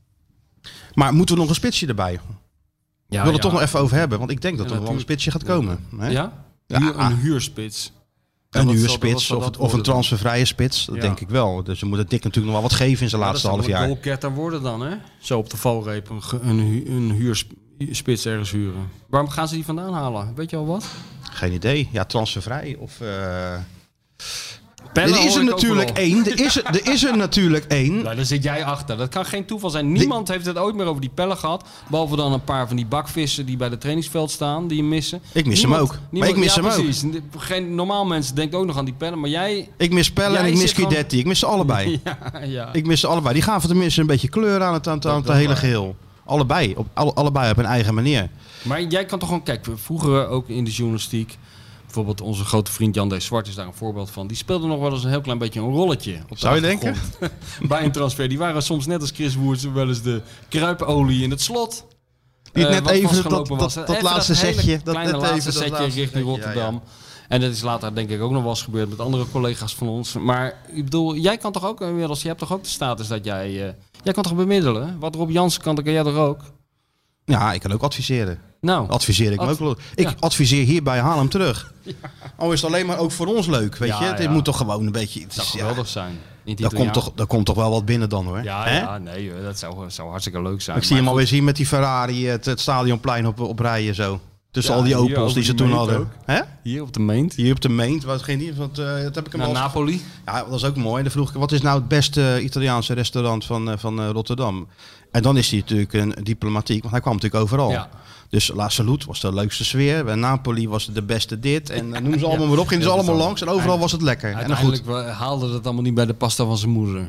Maar moeten we nog een spitsje erbij? Ik wil het toch nog even over hebben, want ik denk dat er nog wel een spitsje gaat komen. Hè? Ja? Een huurspits. Een huurspits of een transfervrije spits, dat denk ik wel. Dus we moeten Dick natuurlijk nog wel wat geven in zijn laatste half jaar. Dat zal een goalgetter worden dan, hè? Zo op de valreep een huurspits ergens huren. Waarom gaan ze die vandaan halen? Weet je al wat? Geen idee. Ja, transfervrij of... Pelle Er is hoor er ik natuurlijk overal. één. Er is er natuurlijk één. Nou, daar zit jij achter. Dat kan geen toeval zijn. Niemand heeft het ooit meer over die Pelle gehad. Behalve dan een paar van die bakvissen die bij het trainingsveld staan. Die je missen. Ik mis hem ook. Maar ik mis hem ook. precies. Geen normaal mensen denkt ook nog aan die Pelle. Maar jij... Ik mis Pelle en Jij ik mis zit gewoon- Guidetti. Ik mis ze allebei. Ja. Ik mis ze allebei. Die gaven tenminste een beetje kleur aan het hele geheel. Allebei. Allebei op hun eigen manier. Maar jij kan toch gewoon... Kijk, vroeger ook in de journalistiek... Bijvoorbeeld onze grote vriend Jan D. Zwart is daar een voorbeeld van. Die speelde nog wel eens een heel klein beetje een rolletje. Op de Zou je achtergrond. Bij een transfer. Die waren soms net als Chris Woerts wel eens de kruipolie in het slot. Die net wat even vastgelopen dat Even laatste hele setje. kleine laatste setje richting Rotterdam. Ja. En dat is later denk ik ook nog wel eens gebeurd met andere collega's van ons. Maar ik bedoel, jij kan toch ook inmiddels... Je hebt toch ook de status dat jij... jij kan toch bemiddelen? Wat Rob Jansen kan jij toch ook? Ja, ik kan ook adviseren. Nou, Adviseer ik hem ook wel. Ik adviseer hierbij, haal hem terug. Ja. Al is het alleen maar ook voor ons leuk, weet je. Het moet toch gewoon een beetje... Het zou geweldig zijn. Daar komt toch wel wat binnen dan, hoor. Ja, nee, dat zou hartstikke leuk zijn. Ik zie hem alweer zien met die Ferrari het stadionplein op rijden zo. Tussen al die Opels die ze toen hadden. Hè? Hier op de Meent. Hier op de Meent. Dat heb ik hem al... Napoli. Ja, dat is ook mooi. En dan vroeg ik, wat is nou het beste Italiaanse restaurant van Rotterdam? En dan is hij natuurlijk een diplomatiek, want hij kwam natuurlijk overal. Ja. Dus La Salute was de leukste sfeer. Bij Napoli was het de beste dit. En noem ze allemaal maar op. Gingen ze allemaal langs. En overal was het lekker. Uiteindelijk haalde het allemaal niet bij de pasta van zijn moeder.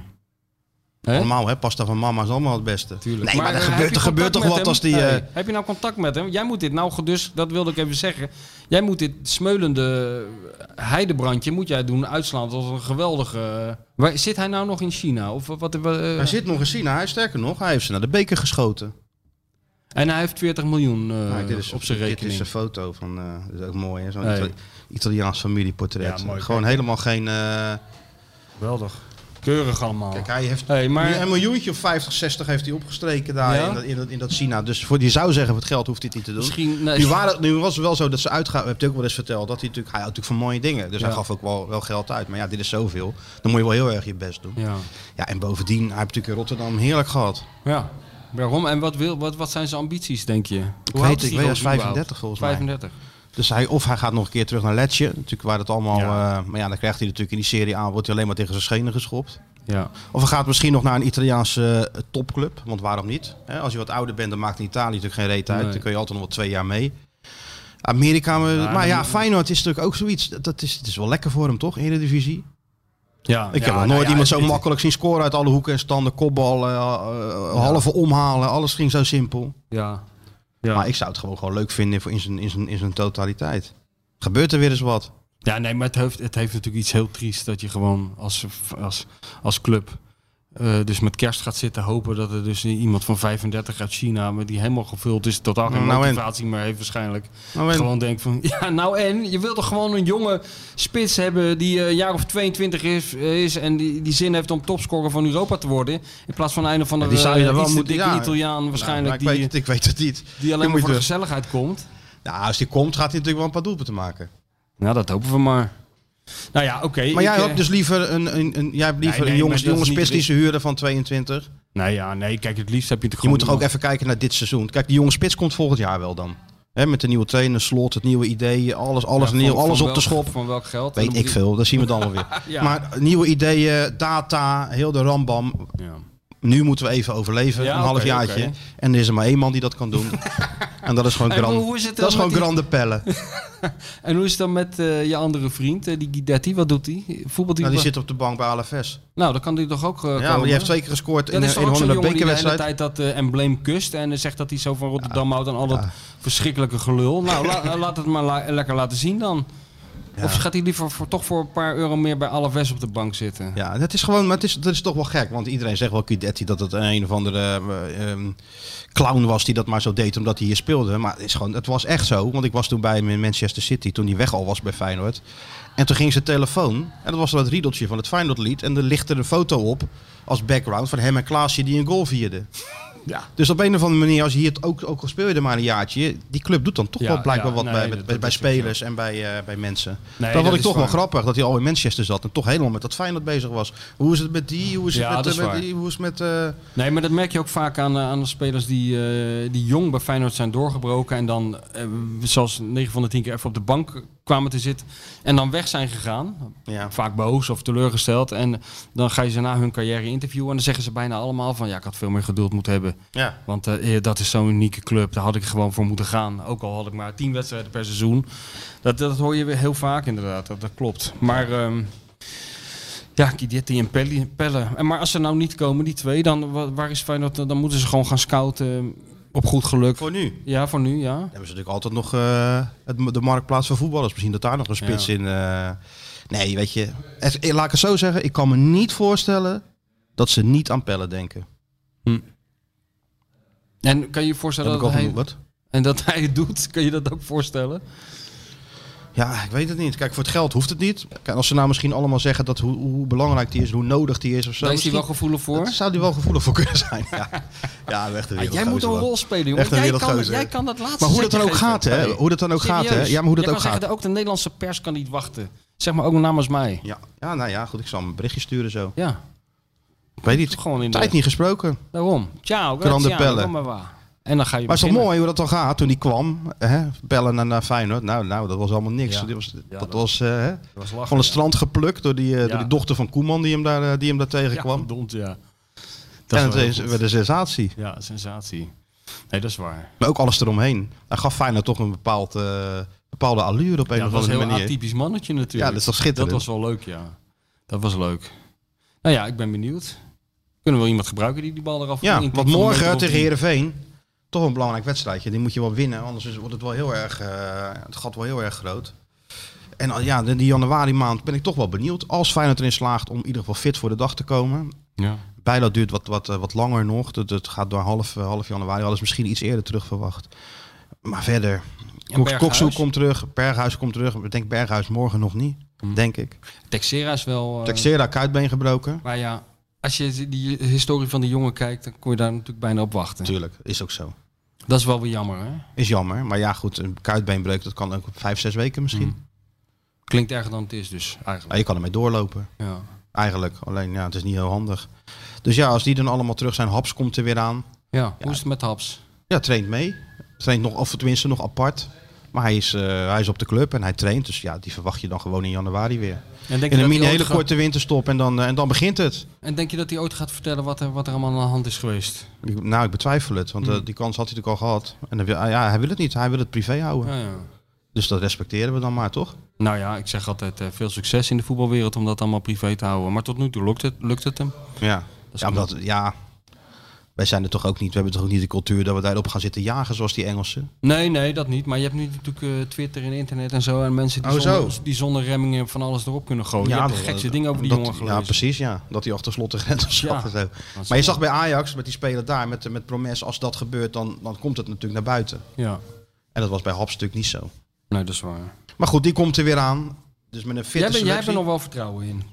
Hè? Allemaal, hè? Pasta van mama is allemaal het beste. Tuurlijk. Nee, maar er gebeurt toch wat als die... Heb je nou contact met hem? Jij moet dit nou, dus dat wilde ik even zeggen. Jij moet dit smeulende heidebrandje moet jij doen uitslaan tot een geweldige... Zit hij nou nog in China? Of wat? Hij zit nog in China. Hij sterker nog. Hij heeft ze naar de beker geschoten. En hij heeft 40 miljoen op zijn rekening. Dit is een foto van... dat is ook mooi, hè? Zo'n Italiaans familieportret. Ja, mooi, gewoon helemaal geen... Geweldig. Keurig allemaal. Kijk, hij heeft een miljoentje of 50, 60 heeft hij opgestreken daar in dat China. Dus die zou zeggen, voor het geld hoeft hij het niet te doen. Misschien, nu was het wel zo dat ze uitgaven, heb je ook wel eens verteld, dat hij had natuurlijk van mooie dingen. Dus hij gaf ook wel geld uit. Maar ja, dit is zoveel. Dan moet je wel heel erg je best doen. Ja, en bovendien, hij heeft natuurlijk in Rotterdam heerlijk gehad. Ja. Waarom? En wat zijn zijn ambities, denk je? Ik weet, hij is 35 volgens mij. 35. Dus hij gaat nog een keer terug naar Lecce. Natuurlijk waar het allemaal... maar ja, dan krijgt hij natuurlijk in die Serie A... wordt hij alleen maar tegen zijn schenen geschopt. Ja. Of hij gaat misschien nog naar een Italiaanse topclub. Want waarom niet? Als je wat ouder bent, dan maakt in Italië natuurlijk geen reet uit. Nee. Dan kun je altijd nog wel 2 jaar mee. Amerika... maar ja, Feyenoord is natuurlijk ook zoiets. Het is wel lekker voor hem, toch? Eredivisie. Ja, ik heb nog nooit iemand zo makkelijk zien scoren uit alle hoeken en standen. Kopballen, halve omhalen. Alles ging zo simpel. Ja. Maar ik zou het gewoon leuk vinden in zijn totaliteit. Gebeurt er weer eens wat? Ja, nee, maar het heeft natuurlijk iets heel triest dat je gewoon als club dus met kerst gaat zitten hopen dat er dus iemand van 35 uit China, maar die helemaal gevuld is, totaal geen motivatie meer heeft waarschijnlijk. Gewoon denkt van, je wilt toch gewoon een jonge spits hebben die een jaar of 22 is en die zin heeft om topscorer van Europa te worden, in plaats van een of andere die zou je dan wel moeten, Italiaan waarschijnlijk. Ik weet het niet. Die alleen maar voor de gezelligheid komt. Nou, als die komt, gaat hij natuurlijk wel een paar doelpunten maken. Nou, dat hopen we maar. Nou ja, oké. Maar jij hebt dus liever een jonge spits die ze huren van 22? Nee, kijk, het liefst heb je Je moet toch ook even kijken naar dit seizoen. Kijk, die jonge spits komt volgend jaar wel dan. Met de nieuwe trainer, Slot, het nieuwe ideeën, alles nieuw, alles op de schop. Van welk geld? Weet ik veel, dat zien we dan wel weer. Ja. Maar nieuwe ideeën, data, heel de rambam. Ja. Nu moeten we even overleven, een halfjaartje. Okay. En er is er maar 1 man die dat kan doen. En dat is gewoon Grande Pelle. En hoe is het dan met je andere vriend, die Guidetti? Wat doet hij? Voetbalt hij? Die zit op de bank bij Alaves. Nou, dan kan hij toch ook komen? Ja, maar die heeft 2 keer gescoord in een bekerwedstrijd. Dat is toch ook zo'n jongen die de hele tijd dat embleem kust en zegt dat hij zo van Rotterdam houdt en al dat verschrikkelijke gelul. Nou, laat het maar lekker laten zien dan. Ja. Of gaat hij liever voor een paar euro meer bij Alaves op de bank zitten? Ja, dat is gewoon, maar dat is toch wel gek. Want iedereen zegt wel Guidetti dat het een of andere clown was die dat maar zo deed omdat hij hier speelde. Maar het was echt zo. Want ik was toen bij hem in Manchester City toen hij weg al was bij Feyenoord. En toen ging zijn telefoon. En dat was dan het riedeltje van het Feyenoord-lied. En er lichtte een foto op als background van hem en Klaasje die een goal vierde. Ja. Dus op een of andere manier, als je hier ook al speel je er maar een jaartje, die club doet dan toch wel blijkbaar wat bij spelers en bij mensen. Nee, dat vond ik toch wel grappig, dat hij al in Manchester zat en toch helemaal met dat Feyenoord bezig was. Hoe is het met die? Hoe is het met Nee, maar dat merk je ook vaak aan de spelers die jong bij Feyenoord zijn doorgebroken en dan, zoals 9 van de 10 keer even op de bank kwamen te zitten en dan weg zijn gegaan. Ja. Vaak boos of teleurgesteld. En dan ga je ze na hun carrière interviewen en dan zeggen ze bijna allemaal van... ja, ik had veel meer geduld moeten hebben. Ja. Want dat is zo'n unieke club. Daar had ik gewoon voor moeten gaan. Ook al had ik maar 10 wedstrijden per seizoen. Dat hoor je weer heel vaak inderdaad. Dat klopt. Maar... ja, Guidetti en Pelle. Maar als ze nou niet komen, die twee, dan waar is Feyenoord? Dan moeten ze gewoon gaan scouten op goed geluk. Voor nu? Ja, voor nu, ja. Dan hebben ze natuurlijk altijd nog de marktplaats van voetballers. Misschien dat daar nog een spits in... nee, weet je... laat ik het zo zeggen. Ik kan me niet voorstellen dat ze niet aan Pelle denken. En kan je je voorstellen dat hij het doet? Kan je dat ook voorstellen? Ja, ik weet het niet. Kijk, voor het geld hoeft het niet. Kijk, als ze nou misschien allemaal zeggen dat hoe belangrijk die is, hoe nodig die is of zo. Daar is hij wel gevoelig voor? Zou die wel gevoelig voor kunnen zijn, ja. Ja, echt een jij moet een rol spelen, jongen. Jij kan dat laatste. Maar hoe dat dan ook gaat, hè? Hoe dat dan ook gaat, hè? Ja, maar hoe dat ook gaat. Ook de Nederlandse pers kan niet wachten. Zeg maar ook namens mij. Ja, nou ja, goed. Ik zal hem een berichtje sturen zo. Ja. Ik weet niet. Gewoon in tijd niet gesproken. Daarom. Ciao. Grande Pelle. En dan ga je maar het is toch mooi hoe dat dan gaat toen die kwam, bellen naar Feyenoord. Nou, dat was allemaal niks. Ja. Dat was lachen, van het strand geplukt door die dochter van Koeman die hem daar tegenkwam. Ja, verdomd, ja. En het werd een sensatie. Ja, een sensatie. Nee, dat is waar. Maar ook alles eromheen. Hij gaf Feyenoord toch een bepaalde allure op een of andere manier. Dat was een heel atypisch mannetje natuurlijk. Ja, dat is toch schitterend. Dat was wel leuk, ja. Dat was leuk. Nou ja, ik ben benieuwd. Kunnen we wel iemand gebruiken die bal eraf... Ja, want morgen tegen Heerenveen... Toch een belangrijk wedstrijdje. Die moet je wel winnen. Anders wordt het wel heel erg... het gat wel heel erg groot. En ja, die januari maand ben ik toch wel benieuwd. Als Feyenoord erin slaagt om in ieder geval fit voor de dag te komen. Ja. Bijlo duurt wat langer nog. Het gaat door half januari. Hadden ze misschien iets eerder terug verwacht. Maar verder... Koksu komt terug. Berghuis komt terug. Ik denk Berghuis morgen nog niet. Denk ik. Texera is wel... Texera, kuitbeen gebroken. Maar ja... Als je die historie van die jongen kijkt, dan kon je daar natuurlijk bijna op wachten. Tuurlijk, is ook zo. Dat is wel weer jammer, hè? Is jammer, maar ja goed, een kuitbeenbreuk, dat kan ook 5-6 weken misschien. Klinkt erger dan het is dus, eigenlijk. Ja, je kan ermee doorlopen. Ja. Eigenlijk, alleen ja, het is niet heel handig. Dus ja, als die dan allemaal terug zijn, Haps komt er weer aan. Ja, hoe is het met Haps? Ja, traint mee. Traint nog, of tenminste nog apart. Maar hij is op de club en hij traint. Dus ja, die verwacht je dan gewoon in januari weer. In een hele korte winterstop en dan begint het. En denk je dat hij ooit gaat vertellen wat er allemaal aan de hand is geweest? Ik betwijfel het. Want die kans had hij natuurlijk al gehad. En hij wil het niet. Hij wil het privé houden. Ja. Dus dat respecteren we dan maar, toch? Nou ja, ik zeg altijd veel succes in de voetbalwereld om dat allemaal privé te houden. Maar tot nu toe lukt het hem. Ja, wij zijn er toch ook niet. We hebben toch ook niet de cultuur dat we daarop gaan zitten jagen zoals die Engelsen? Nee, dat niet. Maar je hebt nu natuurlijk Twitter en internet en zo. En mensen die zonder remmingen van alles erop kunnen gooien. Ja, je hebt de gekste dingen over die jongen gelezen. Ja, precies. Ja. Dat hij achter slot en grendel zat en zo. Maar je zag bij Ajax, met die speler daar, met Promes, als dat gebeurt, dan komt het natuurlijk naar buiten. Ja. En dat was bij Haps natuurlijk niet zo. Nee, dat is waar. Maar goed, die komt er weer aan. Dus met een fitte selectie. Jij hebt er nog wel vertrouwen in.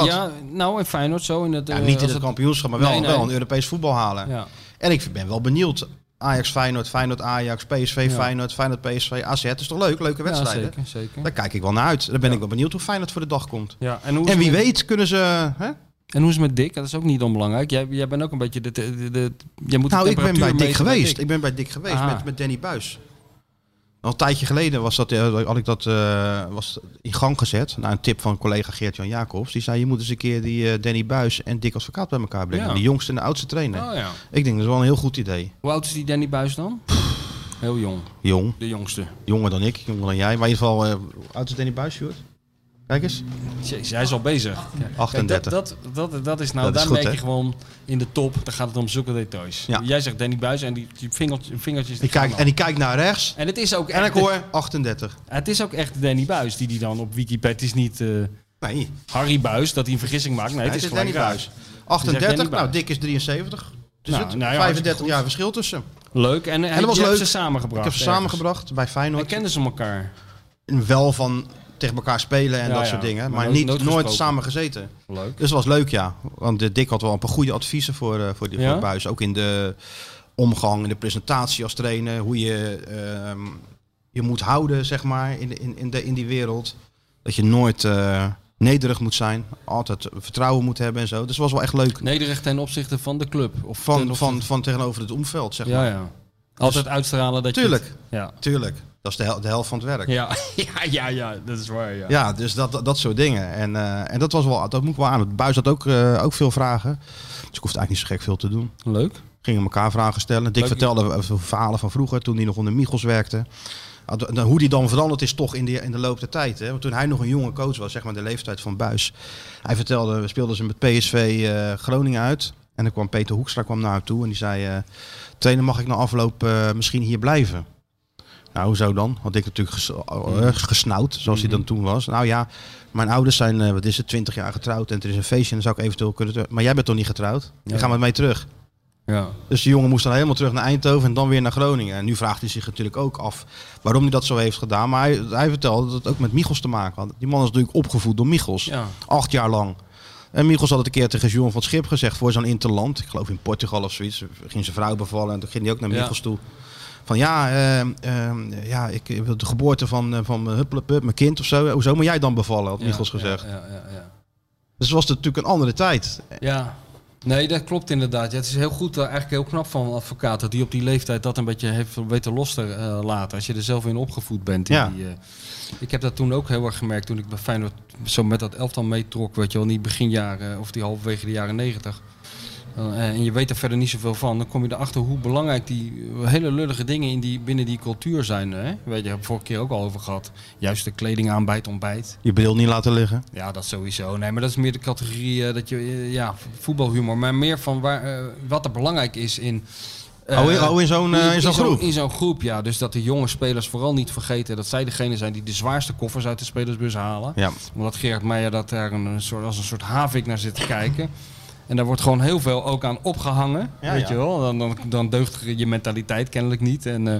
In Feyenoord zo. In het, niet in het kampioenschap, maar wel een Europees voetbal halen. Ja. En ik ben wel benieuwd. Ajax, Feyenoord, Ajax, PSV, Feyenoord, PSV, AZ. Dat is toch leuk? Leuke wedstrijden. Ja, zeker. Daar kijk ik wel naar uit. Daar ben ik wel benieuwd hoe Feyenoord voor de dag komt. Ja, en wie weet kunnen ze... Hè? En hoe is het met Dick? Dat is ook niet onbelangrijk. Jij bent ook een beetje jij moet ik ben bij Dick geweest. Ik ben bij Dick geweest met Danny Buis. Al een tijdje geleden was in gang gezet. Na een tip van collega Geert-Jan Jacobs. Die zei, je moet eens een keer die Danny Buis en Dick Advocaat bij elkaar brengen. Ja. De jongste en de oudste trainer. Oh, ja. Ik denk, dat is wel een heel goed idee. Hoe oud is die Danny Buis dan? Heel jong. Jong. De jongste. Jonger dan ik, jonger dan jij. Maar in ieder geval, hoe oud is Danny Buis, Sjoerd? Kijk eens. Jezus, hij is al bezig. 38. Kijk, dat is nou, daar merk je gewoon in de top. Dan gaat het om zulke details. Ja. Jij zegt Danny Buis en die vingertjes... Die kijkt naar rechts. En het is ook echt... En ik hoor 38. Het is ook echt Danny Buis die dan op Wikipedia... Het is niet nee. Harry Buis dat hij een vergissing maakt. Nee, het is Danny Buis. 38, nou Dick is 73. Dus 35 jaar verschil tussen. Leuk. En dat was leuk. Ze samengebracht. Ik heb ze samengebracht bij Feyenoord. En kenden ze elkaar? Wel van... tegen elkaar spelen en dat soort dingen. Maar nooit samen gezeten. Leuk. Dus het was leuk, ja. Want Dick had wel een paar goede adviezen voor Buis. Ook in de omgang, in de presentatie als trainer. Hoe je moet houden, zeg maar, in die wereld. Dat je nooit nederig moet zijn. Altijd vertrouwen moet hebben en zo. Dus het was wel echt leuk. Nederig ten opzichte van de club? Of van tegenover het omveld, zeg maar. Ja. Altijd uitstralen dat Tuurlijk. je... Ja. Tuurlijk. Dat is de helft van het werk. Ja, dat is waar, ja. Ja, dus dat soort dingen. En dat was wel, dat moet ik wel aan. Buis had ook veel vragen. Dus ik hoefde eigenlijk niet zo gek veel te doen. Leuk. Gingen elkaar vragen stellen. Dick vertelde verhalen van vroeger, toen hij nog onder Michels werkte. Hoe die dan veranderd is toch in de loop der tijd. Hè? Want toen hij nog een jonge coach was, zeg maar de leeftijd van Buis. Hij vertelde, we speelden ze met PSV Groningen uit. En dan kwam Peter Hoekstra naar hem toe en die zei... trainer, mag ik na afloop misschien hier blijven? Nou, hoezo dan? Had ik natuurlijk gesnauwd, zoals hij dan toen was. Nou ja, mijn ouders zijn, 20 jaar getrouwd en er is een feestje en dan zou ik eventueel kunnen... Maar jij bent toch niet getrouwd? Ik ga met mij terug. Ja. Dus die jongen moest dan helemaal terug naar Eindhoven en dan weer naar Groningen. En nu vraagt hij zich natuurlijk ook af waarom hij dat zo heeft gedaan. Maar hij vertelde dat het ook met Michels te maken had. Die man is natuurlijk opgevoed door Michels. Ja. 8 jaar lang. En Michels had het een keer tegen John van het Schip gezegd voor zo'n interland. Ik geloof in Portugal of zoiets. Ging zijn vrouw bevallen en toen ging hij ook naar Michels toe. Van ik wil de geboorte van mijn huppelepup, mijn kind of zo. Hoezo moet jij dan bevallen, had Michels gezegd. Ja. Dus was het natuurlijk een andere tijd. Ja. Nee, dat klopt inderdaad. Ja, het is heel goed, eigenlijk heel knap van een advocaat dat die op die leeftijd dat een beetje heeft weten los te laten. Als je er zelf in opgevoed bent. Ik heb dat toen ook heel erg gemerkt toen ik bij Feyenoord zo met dat elftal meetrok, weet je wel, in die beginjaren of die halverwege de jaren 90. En je weet er verder niet zoveel van. Dan kom je erachter hoe belangrijk die hele lullige dingen binnen die cultuur zijn. Hè? Weet je, daar heb ik vorige keer ook al over gehad. Juist de kleding aan bij het ontbijt. Je bril niet laten liggen. Ja, dat sowieso. Nee, maar dat is meer de categorie dat je voetbalhumor. Maar meer van wat er belangrijk is in... in zo'n groep? In zo'n groep, ja. Dus dat de jonge spelers vooral niet vergeten dat zij degene zijn die de zwaarste koffers uit de spelersbus halen. Ja. Omdat Gerard Meijer dat daar als een soort havik naar zit te kijken. En daar wordt gewoon heel veel ook aan opgehangen, weet je wel. Dan deugt je mentaliteit kennelijk niet. En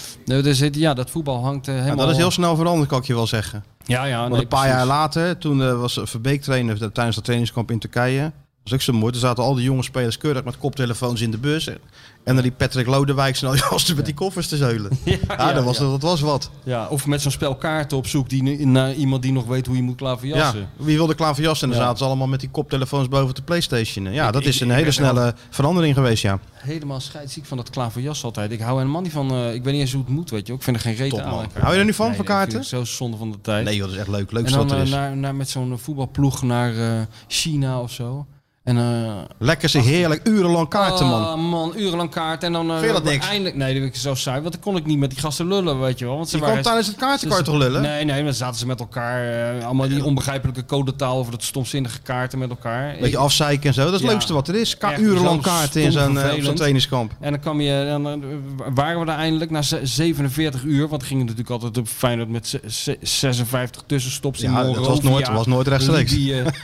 dat voetbal hangt helemaal... dat is heel snel veranderd, kan ik je wel zeggen. Want een paar jaar later, toen was Verbeek trainer tijdens dat trainingskamp in Turkije. Dat was ook zo mooi. Er zaten al die jonge spelers keurig met koptelefoons in de bus. En dan die Patrick Lodewijk snel gasten met die koffers te zeulen. Dat was wat. Ja, of met zo'n spel kaarten op zoek naar iemand die nog weet hoe je moet klaverjassen. Ja, wie wilde klaverjassen? En dan zaten ze allemaal met die koptelefoons boven de PlayStation. Ja, dat is een hele snelle verandering geweest, ja. Helemaal scheidsziek van dat klaverjas altijd. Ik hou helemaal niet van... ik weet niet eens hoe het moet, weet je. Ik vind er geen reet aan. Hou je er nu van kaarten? Ik zo zonde van de tijd. Nee joh, dat is echt leuk. Leuk en dan naar met zo'n voetbalploeg naar China of zo. Lekker ze heerlijk, urenlang kaarten, man. Oh man, urenlang kaarten. En dan vind je dat niks? Eindelijk, nee, dat vind ik zo saai. Want dan kon ik niet met die gasten lullen, weet je wel. Want je kon tijdens het kaartje kan je toch lullen? Nee, dan zaten ze met elkaar. Allemaal die onbegrijpelijke codetaal over dat stomzinnige kaarten met elkaar. Beetje afzeiken en zo. Dat is het leukste wat er is. Urenlang kaarten in zo'n trainingskamp. En dan waren we daar eindelijk na 47 uur. Want het ging natuurlijk altijd op Feyenoord met 56 tussenstops in Monrovia. Dat was nooit rechtstreeks.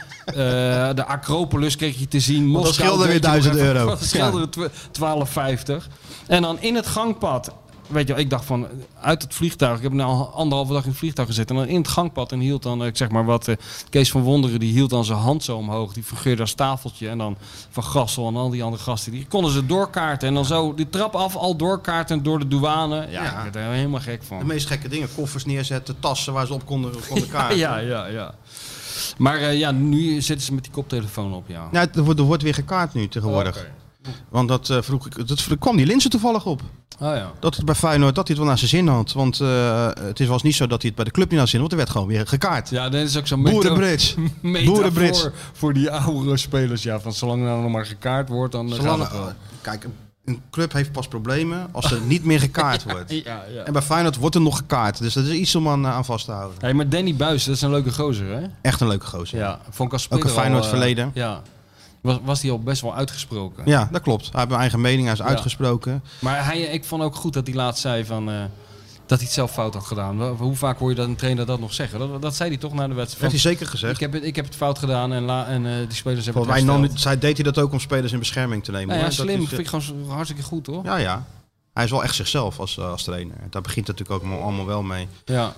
De Acropolis kreeg je te zien. Dat scheelde weer €1000. Dat scheelde 12,50. En dan in het gangpad. Weet je, ik dacht van uit het vliegtuig. Ik heb nou 1,5 dag in het vliegtuig gezeten. En dan in het gangpad. En hield dan, ik zeg maar wat. Kees van Wonderen die hield dan zijn hand zo omhoog. Die fungeerde als tafeltje. En dan Van Gassel en al die andere gasten. Die konden ze doorkaarten. En dan zo die trap af al doorkaarten door de douane. Ja, ik werd er helemaal gek van. De meest gekke dingen. Koffers neerzetten. Tassen waar ze op konden kaarten. Ja. Maar nu zitten ze met die koptelefoon op, ja. Ja, er wordt weer gekaart nu tegenwoordig. Okay. Want dat kwam die Linsen toevallig op. Oh ja. Dat het bij Feyenoord dat hij het wel naar zijn zin had. Want het was niet zo dat hij het bij de club niet naar zijn zin had. Want er werd gewoon weer gekaart. Ja, dat is ook zo'n Boerenbrits. Voor die oudere spelers. Ja, van zolang er nog maar gekaard wordt, dan gaat het wel. Kijk, een club heeft pas problemen als er niet meer gekaart wordt. Ja. En bij Feyenoord wordt er nog gekaart. Dus dat is iets om aan vast te houden. Hey, maar Danny Buis, dat is een leuke gozer, hè? Echt een leuke gozer. Ja, vond ik als speler ook een Feyenoord verleden. Ja. Was hij al best wel uitgesproken. Ja, dat klopt. Hij heeft een eigen mening, hij is uitgesproken. Maar ik vond ook goed dat hij laatst zei van... dat hij het zelf fout had gedaan. Hoe vaak hoor je dat een trainer dat nog zeggen? Dat zei hij toch na de wedstrijd? Heeft hij zeker gezegd. Ik heb het fout gedaan en die spelers hebben het hersteld. Deed hij dat ook om spelers in bescherming te nemen. Ja, slim. Dat vind ik gewoon hartstikke goed, hoor. Ja. Hij is wel echt zichzelf als trainer. Daar begint het natuurlijk ook allemaal wel mee. Ja.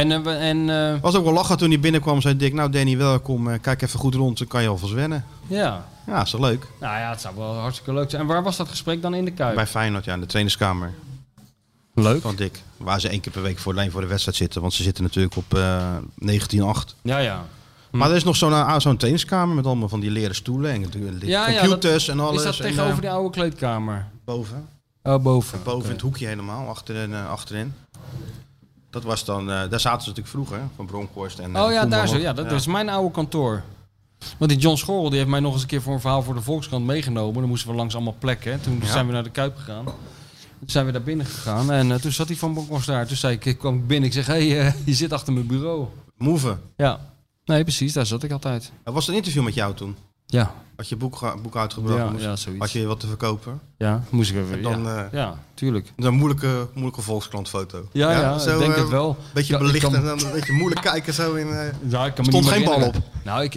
Was ook wel lachen toen hij binnenkwam. Zei Dick, nou Danny, welkom. Kijk even goed rond, dan kan je alvast wennen. Ja. Ja, is toch leuk? Nou ja, het zou wel hartstikke leuk zijn. En waar was dat gesprek dan in de Kuip? Bij Feyenoord, ja, in de trainingskamer. Leuk. Van Dick. Waar ze 1 keer per week alleen voor de wedstrijd zitten. Want ze zitten natuurlijk op 19-8. Ja. Maar er is nog zo'n trainingskamer met allemaal van die leren stoelen. En computers en alles. Is dat tegenover die oude kleedkamer? Boven. Oh, boven. Boven in Oké. het hoekje helemaal, achterin. Dat was dan, daar zaten ze natuurlijk vroeger, van Bronkhorst. En, Oh ja, Koeman daar zo. nog. Ja, dat is mijn oude kantoor. Want die John Schorrel die heeft mij nog eens een keer voor een verhaal voor de Volkskrant meegenomen. Dan moesten we langs allemaal plekken. Hè. Toen zijn we naar de Kuip gegaan. Toen zijn we daar binnen gegaan. En toen zat hij van Bronkhorst daar. Toen zei ik kwam binnen. Ik zeg, hé, je zit achter mijn bureau. Move. Ja. Nee, precies. Daar zat ik altijd. Er was een interview met jou toen. Ja. Had je boek uitgebracht? Ja, zoiets. Had je wat te verkopen? Ja, moest ik even. En dan, ja, tuurlijk. Een moeilijke Volkskrantfoto. Ja, zo, ik denk het wel. Een beetje Ja, belicht ik kan- en dan een beetje moeilijk kijken zo in... Ja, ik kan me stond niet geen meer bal op. herinneren. Nou,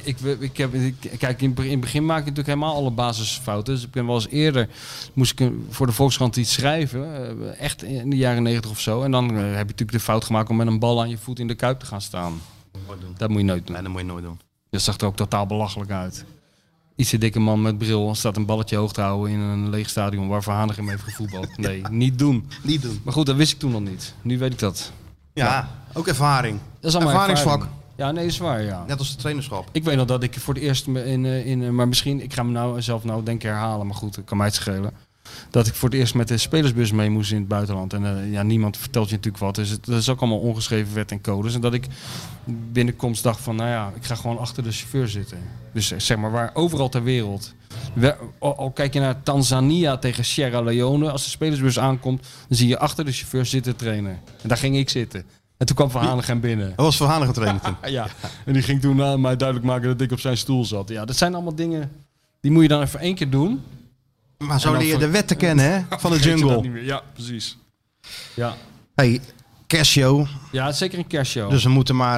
kijk, in het begin maak ik natuurlijk helemaal alle basisfouten. Dus ik ben wel eens eerder, moest ik voor de Volkskrant iets schrijven. Echt in de jaren 90 of zo. En dan heb je natuurlijk de fout gemaakt om met een bal aan je voet in de Kuip te gaan staan. Dat moet je nooit doen. Nee, dat moet je nooit doen. Dat zag er ook totaal belachelijk uit. Iets te dikke man met bril staat een balletje hoog te houden in een leeg stadion waar Van Hanegem heeft gevoetbald. Nee, niet doen. Niet doen. Maar goed, dat wist ik toen nog niet. Nu weet ik dat. Ja, ook ervaring. Dat is allemaal Ervaringsvak. ervaring. Ja, nee, dat is waar, ja. Net als het trainerschap. Ik weet nog dat ik voor het eerst maar misschien, ik ga me zelf denk ik herhalen, maar goed, dat kan mij het schelen. Dat ik voor het eerst met de spelersbus mee moest in het buitenland. En niemand vertelt je natuurlijk wat. Dus dat is ook allemaal ongeschreven wet en codes. En dat ik binnenkomst dacht van, nou ja, ik ga gewoon achter de chauffeur zitten. Dus zeg maar, waar overal ter wereld. Al kijk je naar Tanzania tegen Sierra Leone. Als de spelersbus aankomt, dan zie je achter de chauffeur zitten trainen. En daar ging ik zitten. En toen kwam Van Hanegem binnen. Dat was Van Hanegem trainer toen. Ja, en die ging toen aan mij duidelijk maken dat ik op zijn stoel zat. Ja, dat zijn allemaal dingen, die moet je dan even 1 keer doen. Maar zo leer je de wetten kennen, hè? Van de jungle. Ja, precies. Ja. Hey, kerstshow. Ja, het is zeker een kerstshow. Dus we moeten maar...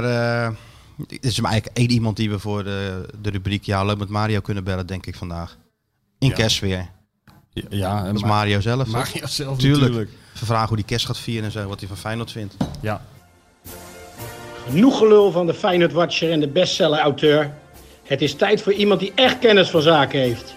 dit is maar eigenlijk één iemand die we voor de rubriek Ja, Loop met Mario kunnen bellen, denk ik vandaag. In kerstsfeer. Ja, dat is Mario zelf. Mario zelf Tuurlijk. natuurlijk. Even vragen hoe die kerst gaat vieren en zo, wat hij van Feyenoord vindt. Ja. Genoeg gelul van de Feyenoord-watcher en de bestseller-auteur. Het is tijd voor iemand die echt kennis van zaken heeft.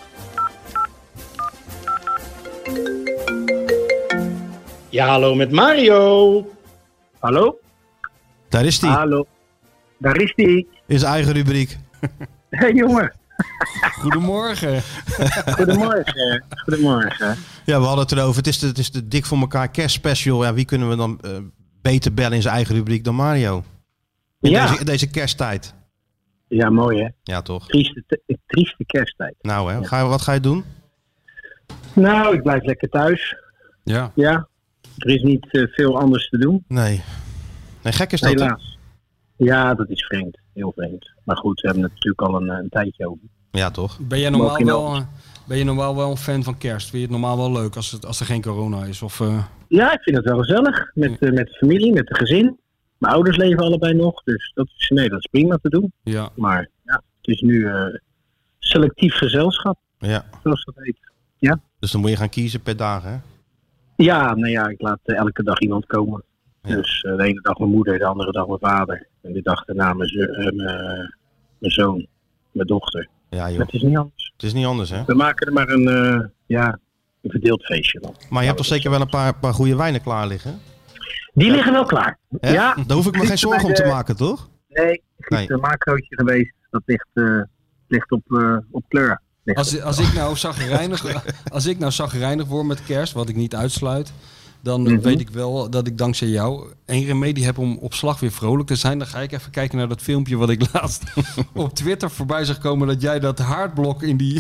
Ja, hallo met Mario. Hallo? Daar is hij. Hallo. Daar is hij. In zijn eigen rubriek. Hé hey, jongen. Goedemorgen. Goedemorgen. Goedemorgen. Ja, we hadden het erover. Het is de Dik voor elkaar kerstspecial. Ja, wie kunnen we dan beter bellen in zijn eigen rubriek dan Mario? In deze kersttijd. Ja, mooi hè? Ja, toch? Trieste kersttijd. Nou hè, Ja. wat ga je doen? Nou, ik blijf lekker thuis. Ja. Ja. Er is niet veel anders te doen. Nee, gek is dat. Helaas. Ja, dat is vreemd. Heel vreemd. Maar goed, we hebben het natuurlijk al een tijdje over. Ja, toch? Ben je normaal wel een fan van kerst? Vind je het normaal wel leuk als er geen corona is? Of, Ja, ik vind het wel gezellig. Met de familie, met het gezin. Mijn ouders leven allebei nog. Dus dat is prima te doen. Ja. Maar ja, het is nu selectief gezelschap. Ja. Zoals dat heet. Ja. Dus dan moet je gaan kiezen per dag, hè? Ja, nou ja, ik laat elke dag iemand komen. Ja. Dus de ene dag mijn moeder, de andere dag mijn vader. En de dag daarna mijn zoon, mijn dochter. Ja, joh. Het is niet anders. Het is niet anders, hè? We maken er maar een verdeeld feestje van. Maar je hebt toch zeker wel een paar goede wijnen klaar liggen? Die liggen wel klaar. Hè? Ja. Daar hoef ik me geen zorgen om te maken, toch? Nee, het is een macrootje geweest. Dat ligt op kleur. Als ik nou zagrijnig word met kerst, wat ik niet uitsluit, dan weet ik wel dat ik dankzij jou een remedie heb om op slag weer vrolijk te zijn. Dan ga ik even kijken naar dat filmpje wat ik laatst op Twitter voorbij zag komen, dat jij dat haardblok in die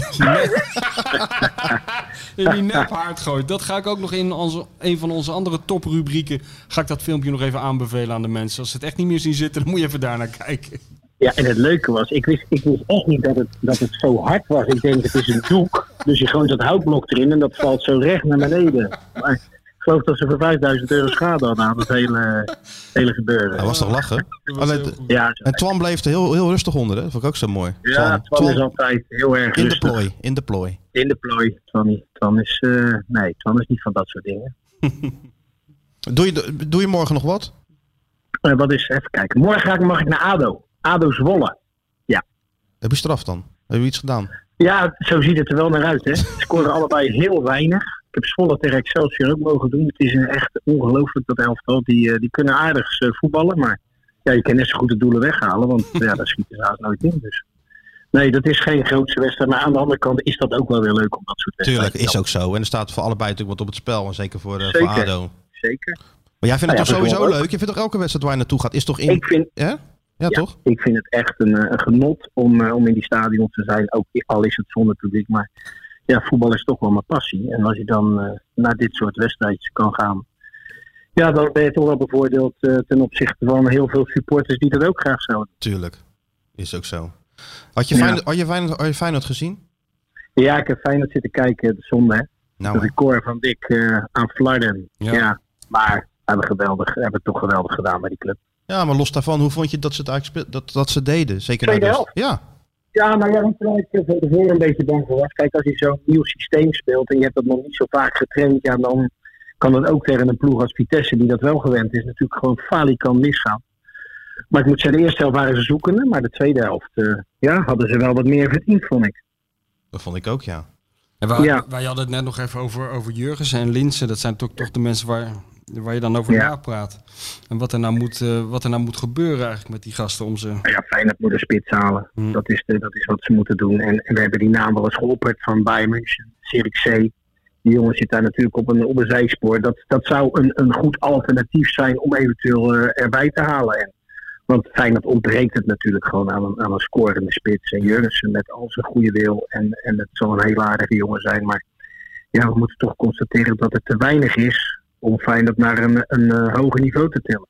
nephaard gooit. Dat ga ik ook nog in een van onze andere toprubrieken, ga ik dat filmpje nog even aanbevelen aan de mensen. Als ze het echt niet meer zien zitten, dan moet je even daar naar kijken. Ja, en het leuke was, ik wist echt niet dat het zo hard was. Ik denk, het is een doek. Dus je gooit dat houtblok erin en dat valt zo recht naar beneden. Maar ik geloof dat ze voor €5.000 schade hadden aan het hele gebeuren. Dat was toch lachen? Ja, en Twan bleef er heel rustig onder, hè? Dat vond ik ook zo mooi. Ja, Twan is altijd heel erg rustig. In de plooi. Twan is niet van dat soort dingen. Doe je morgen nog wat? Wat is, even kijken. Morgen mag ik naar ADO. ADO Zwolle. Ja. Heb je straf dan? Heb je iets gedaan? Ja, zo ziet het er wel naar uit. Hè. Ze scoren allebei heel weinig. Ik heb Zwolle tegen Excelsior ook mogen doen. Het is echt ongelooflijk dat elftal. Die kunnen aardig voetballen. Maar ja, je kan net zo goed de doelen weghalen. Want ja, daar schieten ze haast nooit in. Dus. Nee, dat is geen grootste wedstrijd. Maar aan de andere kant is dat ook wel weer leuk om dat soort wedstrijden. Tuurlijk, is ook zo. En er staat voor allebei natuurlijk wat op het spel. En zeker voor ADO. Zeker. Maar jij vindt het toch sowieso ook leuk? Je vindt toch elke wedstrijd waar je naartoe gaat? Is toch in... Ik vind... Ja, toch? Ik vind het echt een genot om in die stadion te zijn. Ook al is het zonder publiek. Maar ja, voetbal is toch wel mijn passie. En als je dan naar dit soort wedstrijdjes kan gaan. Ja, dan ben je toch wel bevoordeeld ten opzichte van heel veel supporters die dat ook graag zouden. Tuurlijk. Is ook zo. Had je Feyenoord gezien? Ja, ik heb Feyenoord zitten kijken de zonde. Nou, het record van Dick aan Flarden. Ja, maar hebben het toch geweldig gedaan bij die club. Ja, maar los daarvan, hoe vond je dat ze het eigenlijk dat ze deden? Zeker Tweede helft. Ja. Ja, nou ja, waar ik van tevoren een beetje bang voor was. Kijk, als je zo'n nieuw systeem speelt en je hebt dat nog niet zo vaak getraind, ja, dan kan dat ook tegen een ploeg als Vitesse, die dat wel gewend is, natuurlijk gewoon falikant misgaan. Maar ik moet zeggen, de eerste helft waren ze zoekende, maar de tweede helft hadden ze wel wat meer verdiend, vond ik. Dat vond ik ook, ja. En wij hadden het net nog even over Jurgensen en Linssen. Dat zijn toch de mensen waar je dan over napraat. En wat er nou moet gebeuren eigenlijk met die gasten om ze... Ja, Feyenoord moet een spits halen. Dat is wat ze moeten doen. En we hebben die naam wel eens geopperd van Bayern München, Zirkzee. Die jongen zit daar natuurlijk op een zijspoor. Dat zou een goed alternatief zijn om eventueel erbij te halen. Want Feyenoord ontbreekt het natuurlijk gewoon aan een scorende spits. En Jurgensen met al zijn goede wil. En het zal een hele aardige jongen zijn. Maar ja, we moeten toch constateren dat het te weinig is om Feyenoord naar een hoger niveau te tillen.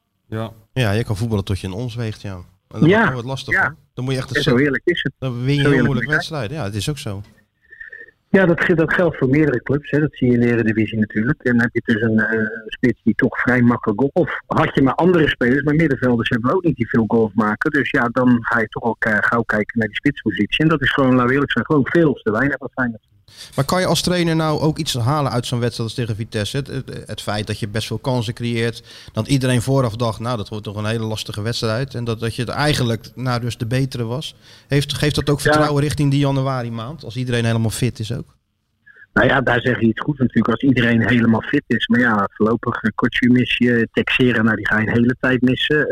Ja, je kan voetballen tot je een ons weegt, ja. En dat wordt lastig, hoor. Dan moet je echt zo eerlijk is het. Dan win je een moeilijke wedstrijd. Ja, het is ook zo. Ja, dat geldt voor meerdere clubs. Hè. Dat zie je in de Eredivisie natuurlijk. En dan heb je dus een spits die toch vrij makkelijk goal. Of had je maar andere spelers, maar middenvelders hebben ook niet die veel goals maken. Dus ja, dan ga je toch ook gauw kijken naar die spitspositie. En dat is gewoon, laten we eerlijk zijn, gewoon veel te weinig wat Feyenoord. Maar kan je als trainer nou ook iets halen uit zo'n wedstrijd als tegen Vitesse? Het feit dat je best veel kansen creëert. Dat iedereen vooraf dacht, nou dat wordt toch een hele lastige wedstrijd. En dat je het eigenlijk dus de betere was. Geeft dat ook vertrouwen richting die januari maand? Als iedereen helemaal fit is ook? Nou ja, daar zeg je iets goed natuurlijk als iedereen helemaal fit is. Maar ja, voorlopig Kotje mis je. Texera, nou die ga je een hele tijd missen.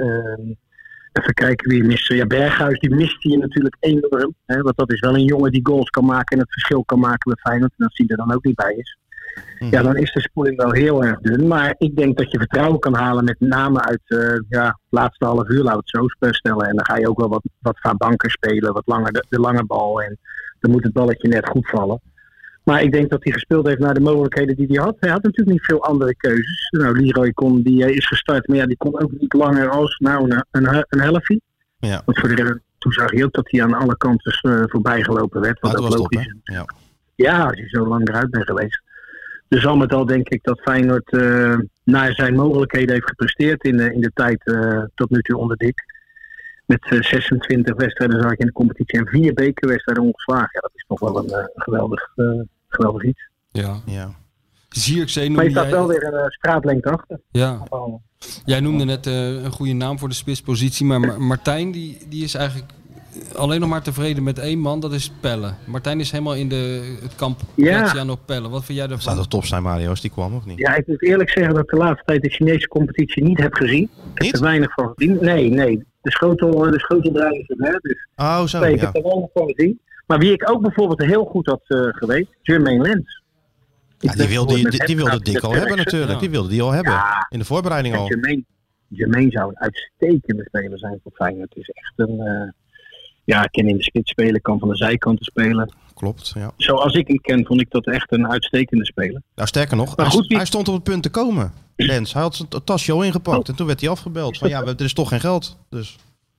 Even kijken wie je mist. Ja, Berghuis, die mist je natuurlijk enorm. Hè, want dat is wel een jongen die goals kan maken en het verschil kan maken bij Feyenoord. En als die er dan ook niet bij is. Ja, dan is de spoeling wel heel erg dun. Maar ik denk dat je vertrouwen kan halen met name uit het laatste half uur, laat het zo stellen. En dan ga je ook wel wat vaarbanker spelen, wat langer de lange bal. En dan moet het balletje net goed vallen. Maar ik denk dat hij gespeeld heeft naar de mogelijkheden die hij had. Hij had natuurlijk niet veel andere keuzes. Nou, Leroy die is gestart, maar ja, die kon ook niet langer als een helftie. Ja. Want toen zag je ook dat hij aan alle kanten voorbij gelopen werd. Wat ook logisch is. Ja, als je zo lang eruit bent geweest. Dus al met al denk ik dat Feyenoord naar zijn mogelijkheden heeft gepresteerd in de tijd tot nu toe onder Dick. Met 26 wedstrijden zag ik in de competitie en 4 bekerwedstrijden ongeslagen. Ja, dat is toch wel een geweldig iets. Ja. Zierkzee maar je staat wel weer een straatlengte achter. Ja. Jij noemde net een goede naam voor de spitspositie. Maar Martijn die is eigenlijk alleen nog maar tevreden met 1 man. Dat is Pelle. Martijn is helemaal in het kamp Graziano Pelle. Wat vind jij daarvan? Zou toch top zijn, Mario, als die kwam of niet? Ja, ik moet eerlijk zeggen dat ik de laatste tijd de Chinese competitie niet heb gezien. Ik heb er weinig van gezien. Nee. De schoteldraaier is er, dus zo, ik heb er wel van gezien. Maar wie ik ook bijvoorbeeld heel goed had geweest, Jermaine Lens. Ja, die wilde Dick al hebben natuurlijk. Ja. Die wilde die al hebben. In de voorbereiding al. Jermaine zou een uitstekende speler zijn voor Feyenoord. Het is echt een... ik kan in de spits spelen, kan van de zijkanten spelen. Klopt, ja. Zoals ik hem ken, vond ik dat echt een uitstekende speler. Nou, sterker nog, hij stond op het punt te komen. Lens, hij had zijn tasje al ingepakt en toen werd hij afgebeld. Van er is toch geen geld. Dus.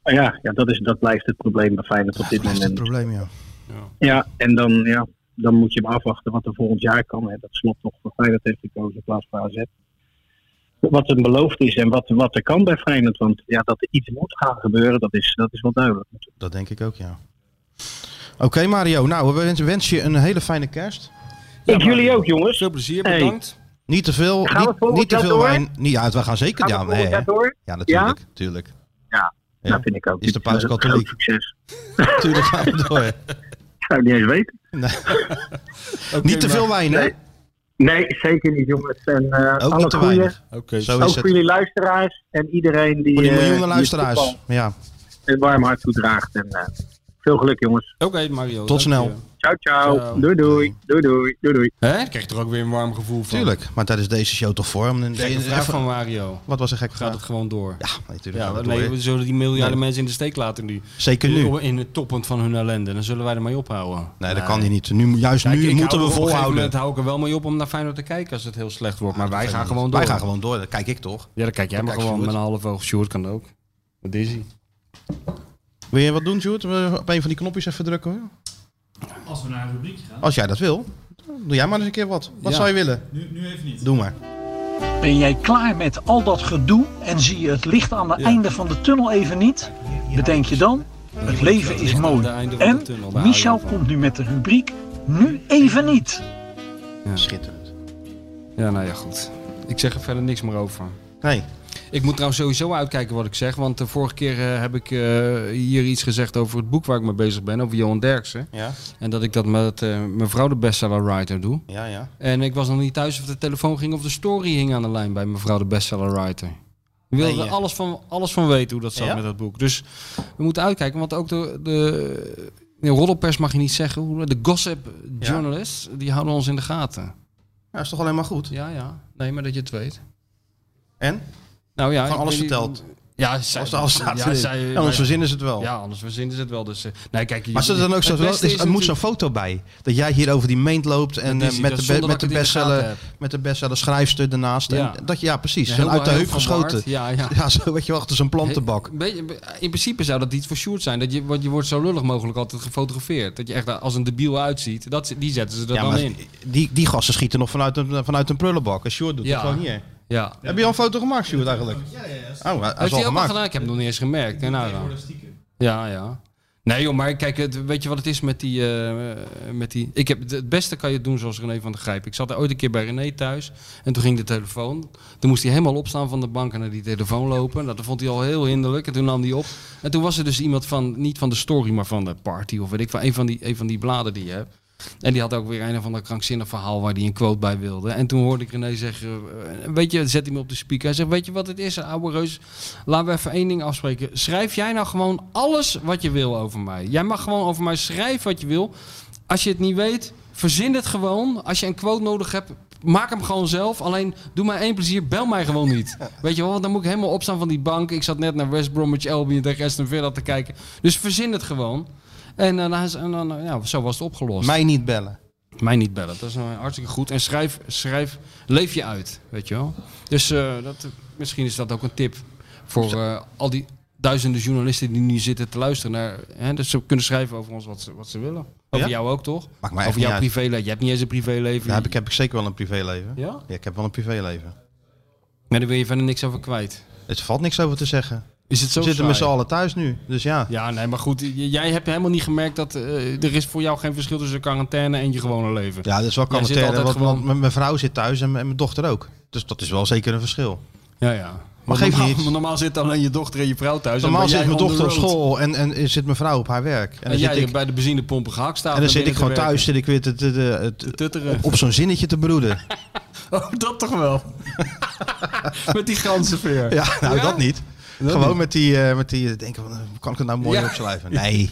Dat blijft het probleem bij Feyenoord op dit moment. Dat is het probleem, Ja, en dan moet je hem afwachten wat er volgend jaar kan. Hè. Dat Slot toch voor Feyenoord heeft gekozen in plaats van AZ. Wat er beloofd is en wat er kan bij Feyenoord. Want dat er iets moet gaan gebeuren, dat is wel duidelijk. Dat denk ik ook, ja. Oké, Mario, nou, we wensen je een hele fijne kerst. Jullie ook, jongens. Veel plezier, bedankt. Hey. Niet te veel, niet te veel wijn. We gaan zeker. Gaan we door? Ja, natuurlijk. Tuurlijk. Ja, dat vind ik ook. Is de paus katholiek? Succes. Tuurlijk gaan we door. Ik zou het niet eens weten. Nee. Niet te veel wijn, hè? Nee, zeker niet, jongens. En ook alle niet te weinig. Okay. Ook voor jullie luisteraars en iedereen die... Voor die miljoenen luisteraars, een warm hart toedraagt. En Veel geluk, jongens. Oké, Mario. Tot snel. Ciao, ciao. Ciao. Doei, doei. Doei, doei. Doei, doei. Hè? Daar krijg je toch ook weer een warm gevoel van. Tuurlijk, maar tijdens deze show toch voor. Gekke vraag van Mario. Wat was een gekke Gaat vraag? het gewoon door? Ja, natuurlijk. Ja, gaat het nee, door. we zullen die miljarden mensen in de steek laten nu. Zeker nu. In het toppunt van hun ellende. Dan zullen wij ermee ophouden. Nee, dat kan hij niet. Nu, juist Kijk, nu ik moeten we hou op een gegeven volhouden. moment hou ik er wel mee op om naar Feyenoord te kijken als het heel slecht wordt. Maar wij gaan gewoon door. Wij gaan gewoon door. Dat kijk ik toch. Ja, dan kijk jij Dan maar kijk gewoon Sjoerd. met een half oog. Sjoerd kan ook. Wat is hij? Wil je wat doen, Sjoerd? Op een van die knopjes even drukken hoor. Als we naar een rubriekje gaan. Als jij dat wil. Doe jij maar eens een keer wat. Wat Ja. zou je willen? Nu even niet. Doe maar. Ben jij klaar met al dat gedoe en zie je het licht aan het einde van de tunnel even niet? Bedenk je dan, het leven is mooi. En Michel komt nu met de rubriek Nu even niet. Ja. Schitterend. Ja, nou ja, goed. Ik zeg er verder niks meer over. Nee. Ik moet trouwens sowieso uitkijken wat ik zeg. Want de vorige keer heb ik hier iets gezegd over het boek waar ik mee bezig ben. Over Johan Derksen. Ja. En dat ik dat met mijn vrouw de bestsellerwriter doe. Ja, ja. En ik was nog niet thuis of de telefoon ging of de story hing aan de lijn bij mevrouw de bestsellerwriter. Ik wilde Nee, er alles van weten hoe dat zat Ja? met dat boek. Dus we moeten uitkijken. Want ook de roddelpers mag je niet zeggen. De gossip journalists, die houden ons in de gaten. Ja, is toch alleen maar goed? Ja, ja. Nee, maar dat je het weet. En? Nou ja, Van ik alles weet niet- verteld. Ja, zij, Als er alles staat. ja, zij- Ja, anders verzinnen ze het wel. Ja, anders verzinnen ze het wel. Dus, nee, kijk, Maar zit er dan ook zo, er moet zo'n foto bij. Dat jij hier over die meent loopt en Dat is- met, dat de, zonder met, dat de ik het in de gaten bestseller, met de bestseller schrijfster ernaast. Ja. En dat, ja, precies. Ja, Zo uit de heel heup geschoten. verward. Ja, ja. Ja, zo weet je wel, achter zo'n plantenbak. In principe zou dat iets voor Sjoerd zijn. Want je wordt zo lullig mogelijk altijd gefotografeerd. Dat je echt als een debiel uitziet. Die zetten ze er Ja, dan maar in. die gasten schieten nog vanuit een prullenbak. En Sjoerd doet Ja. het gewoon hier. Ja. Heb je al een foto gemaakt, Sjoerd, eigenlijk? Ja. Oh, hij Heeft is al hij ook al gemaakt. gedaan? Ik heb het nog niet eens gemerkt. Nee, nou, Tegenwoordig stiekem. ja, ja. Nee joh, maar kijk, weet je wat het is met die... Het beste kan je doen zoals René van der Grijp. Ik zat er ooit een keer bij René thuis en toen ging de telefoon. Toen moest hij helemaal opstaan van de bank en naar die telefoon lopen. Dat vond hij al heel hinderlijk en toen nam hij op. En toen was er dus iemand van, niet van de story, maar van de party of weet ik van een van die bladen die je hebt. En die had ook weer een of ander krankzinnig verhaal waar hij een quote bij wilde. En toen hoorde ik René zeggen, weet je, zet hij me op de speaker. Hij zegt, weet je wat het is, ouwe reus? Laten we even één ding afspreken. Schrijf jij nou gewoon alles wat je wil over mij. Jij mag gewoon over mij schrijven wat je wil. Als je het niet weet, verzin het gewoon. Als je een quote nodig hebt, maak hem gewoon zelf. Alleen, doe mij één plezier, bel mij gewoon niet. Weet je wel, want dan moet ik helemaal opstaan van die bank. Ik zat net naar West Bromwich Albion tegen Aston Villa te kijken. Dus verzin het gewoon. En dan, ja, zo was het opgelost. Mij niet bellen. Mij niet bellen, dat is nou hartstikke goed. En schrijf, leef je uit, weet je wel. Dus misschien is dat ook een tip voor al die duizenden journalisten die nu zitten te luisteren naar... Hè, dat ze kunnen schrijven over ons wat ze willen. Over jou ook, toch? Maakt mij over echt jouw niet privéleven. Je hebt niet eens een privéleven. Ja, heb ik zeker wel een privéleven. Ja? Ja, ik heb wel een privéleven. Maar daar wil je verder niks over kwijt. Er valt niks over te zeggen. Is het zo We zitten met z'n saai? allen thuis nu, dus ja. Ja, nee, maar goed. Jij hebt helemaal niet gemerkt dat er is voor jou geen verschil tussen quarantaine en je gewone leven. Ja, dat is wel Jij zit quarantaine, altijd want gewoon- mijn vrouw zit thuis en mijn dochter ook. Dus dat is wel zeker een verschil. Ja, ja. Maar geeft niet. Normaal zit alleen je dochter en je vrouw thuis. Normaal en ben zit jij mijn on the dochter op road. school en zit mijn vrouw op haar werk. En dan jij zit ik, bij de benzinepompen gehakt staan. en dan zit ik binnen gewoon te thuis, zit ik weer te tutteren. op zo'n zinnetje te broeden. Oh, dat toch wel. Met die ganzenveer. Ja, nou Ja? dat niet. Dat Gewoon niet. met die denken van, hoe kan ik het nou mooi Ja. opschrijven? Nee.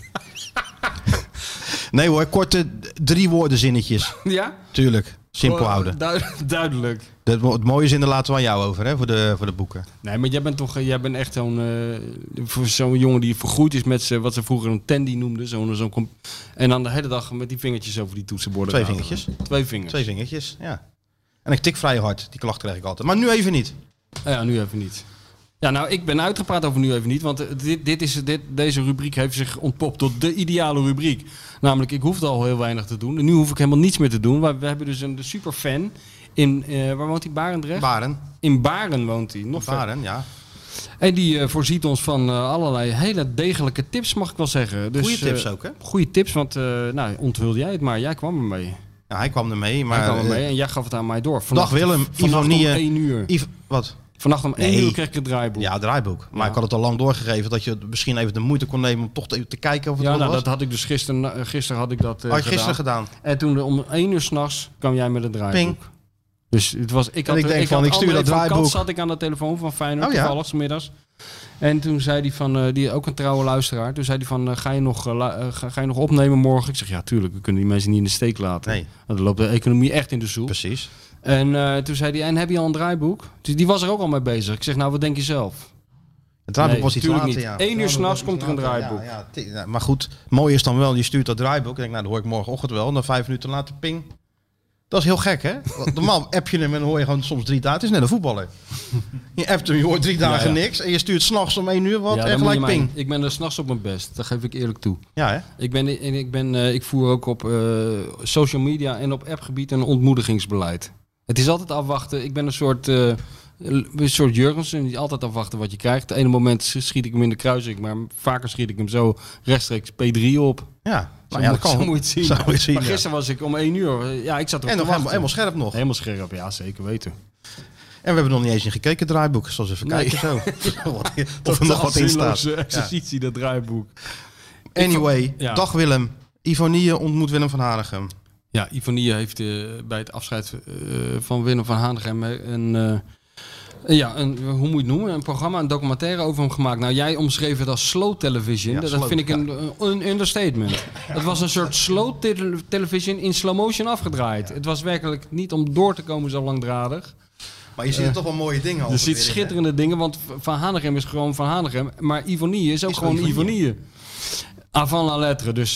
Nee hoor, korte 3 woorden zinnetjes. Ja? Tuurlijk, simpel Gewoon houden. Duidelijk. Het mooie zinnen laten we aan jou over, hè, voor de boeken. Nee, maar jij bent echt zo'n jongen die vergroeid is met wat ze vroeger een tandy noemden. En dan de hele dag met die vingertjes over die toetsenborden. 2 gaan. vingertjes. 2 vingers. 2 vingertjes, ja. En ik tik vrij hard, die klacht krijg ik altijd. Maar nu even niet. Ja, nu even niet. Ja, nou, ik ben uitgepraat over nu even niet, want deze rubriek heeft zich ontpopt tot de ideale rubriek. Namelijk, ik hoefde al heel weinig te doen. En nu hoef ik helemaal niets meer te doen. We hebben dus een superfan in, waar woont hij? Barendrecht? Baren. In Baren woont hij. Nog Baren, ja. En die voorziet ons van allerlei hele degelijke tips, mag ik wel zeggen. Dus, Goeie tips ook, hè? Goeie tips, want nou, onthulde jij het maar. Jij kwam ermee. Ja, hij kwam er mee, maar... Hij kwam er mee en jij gaf het aan mij door. Dag Willem, vannacht om Ivonie, 1 uur. Wat? Vannacht om 1 Nee. uur kreeg ik het draaiboek. Ja, draaiboek. Maar Ja. ik had het al lang doorgegeven dat je misschien even de moeite kon nemen om toch te kijken of het Ja, wat nou, was. dat had ik dus gisteren had ik dat Had je gisteren gedaan? En toen om 1 uur s'nachts kwam jij met het draaiboek. Ping. Dus het was, ik stuur dat draaiboek. Zat ik aan de telefoon van Feyenoord toevallig 's middags. En toen zei hij van, die ook een trouwe luisteraar. Toen zei hij van, ga je nog opnemen morgen? Ik zeg, ja, tuurlijk. We kunnen die mensen niet in de steek laten. Nee. Dan loopt de economie echt in de soep. Precies. En toen zei hij, en heb je al een draaiboek? Dus die was er ook al mee bezig. Ik zeg, nou, wat denk je zelf? Het draaiboek was iets later, niet. 1 uur 's nachts komt er een draaiboek. Ja, maar goed, mooi is dan wel, je stuurt dat draaiboek. Ik denk, nou, dat hoor ik morgenochtend wel. En dan 5 minuten later, ping. Dat is heel gek, hè? Want normaal app je hem en dan hoor je gewoon soms 3 dagen. Het is net een voetballer. Je appt hem, je hoort 3 dagen niks. En je stuurt 's nachts om 1 uur wat en gelijk ping. Ik ben er 's nachts op mijn best. Dat geef ik eerlijk toe. Ja, hè? Ik voer ook op social media en op appgebied een ontmoedigingsbeleid. Het is altijd afwachten. Ik ben een soort Jurgensen die altijd afwachten wat je krijgt. Het ene moment schiet ik hem in de kruising, maar vaker schiet ik hem zo rechtstreeks P3 op. Ja, dat kan. Zo moet je het zien. Maar gisteren was ik om 1 uur. Ja, ik zat er en nog helemaal scherp nog. Helemaal scherp, ja, zeker weten. En we hebben nog niet eens in gekeken, draaiboek. Zoals even kijken zo. Of er nog wat in staat. Exercitie, dat draaiboek. Anyway, dag Willem. Ivonie ontmoet Willem van Hanegem. Ja, Ivonie heeft bij het afscheid van Willem van Hanegem hoe moet je het noemen? Een programma, een documentaire over hem gemaakt. Nou, jij omschreef het als slow television. Dat vind ik een understatement. Het was een soort slow television in slow motion afgedraaid. Het was werkelijk niet om door te komen zo langdradig. Maar je ziet er toch wel mooie dingen. Je ziet schitterende dingen, want Van Hanegem is gewoon Van Hanegem. Maar Ivonie is ook gewoon Ivonie. Avant la lettre, dus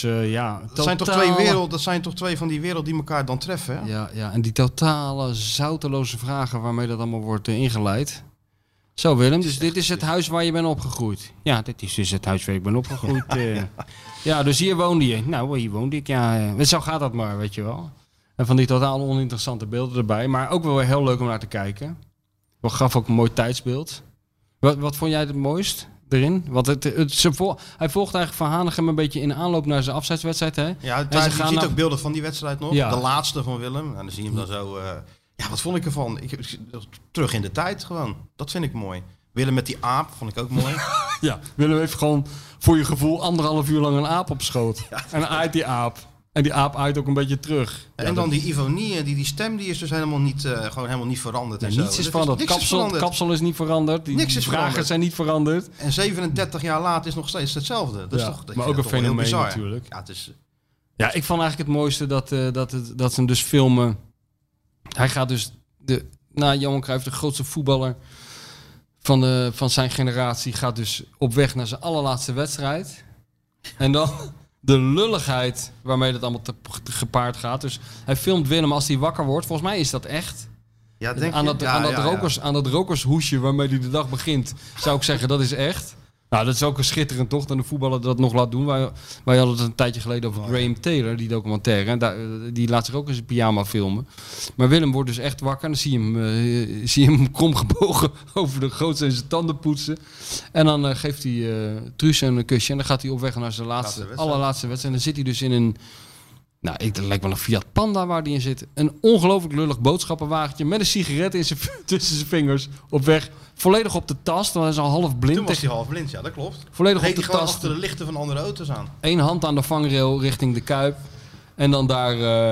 dat zijn toch twee van die werelden die elkaar dan treffen, hè? Ja, en die totale zouteloze vragen waarmee dat allemaal wordt ingeleid. Zo Willem, dus dit is het huis waar je bent opgegroeid. Ja, dit is dus het huis waar ik ben opgegroeid. Ja, dus hier woonde je. Nou, hier woonde ik, ja. Zo gaat dat maar, weet je wel. En van die totaal oninteressante beelden erbij, maar ook wel weer heel leuk om naar te kijken. Het gaf ook een mooi tijdsbeeld. Wat vond jij het mooist erin? Want hij volgt eigenlijk Van Hanegem een beetje in aanloop naar zijn afscheidswedstrijd. Hè? Ja, je ziet ook beelden van die wedstrijd nog. Ja. De laatste van Willem. En dan zie je hem dan zo... wat vond ik ervan? Terug in de tijd gewoon. Dat vind ik mooi. Willem met die aap vond ik ook mooi. Ja, Willem heeft gewoon voor je gevoel 1,5 uur lang een aap op schoot. Ja, en dan aait die aap. En die aap aait ook een beetje terug. En dan die Ivonie, die stem die is dus helemaal niet veranderd. Ja, niets is veranderd. Kapsel is niet veranderd. Niks is vragen veranderd. Zijn niet veranderd. En 37 jaar later is nog steeds hetzelfde. Dat is toch, maar ook een fenomeen natuurlijk. Ja, het is... Ja, ik vond eigenlijk het mooiste dat ze hem dus filmen. Hij gaat dus Johan Cruijff, de grootste voetballer van zijn generatie, gaat dus op weg naar zijn allerlaatste wedstrijd. En dan... de lulligheid waarmee dat allemaal gepaard gaat. Dus hij filmt Willem als hij wakker wordt. Volgens mij is dat echt. Ja, denk aan dat rokershoesje waarmee hij de dag begint, zou ik zeggen, dat is echt. Nou, dat is ook een schitterend toch, dat de voetballer dat nog laat doen. Wij hadden het een tijdje geleden over Graham Taylor, die documentaire. En die laat zich ook in zijn pyjama filmen. Maar Willem wordt dus echt wakker. En dan zie je hem kromgebogen over de grootste in zijn tanden poetsen. En dan geeft hij Truus een kusje. En dan gaat hij op weg naar zijn allerlaatste wedstrijd. En dan zit hij dus in een... Nou, het lijkt wel een Fiat Panda waar die in zit. Een ongelooflijk lullig boodschappenwagentje met een sigaret tussen zijn vingers op weg. Volledig op de tast, want hij is al half blind. Toen was hij half blind, ja, dat klopt. Volledig op de tast. Achter de lichten van andere auto's aan. 1 hand aan de vangrail richting de Kuip. En dan daar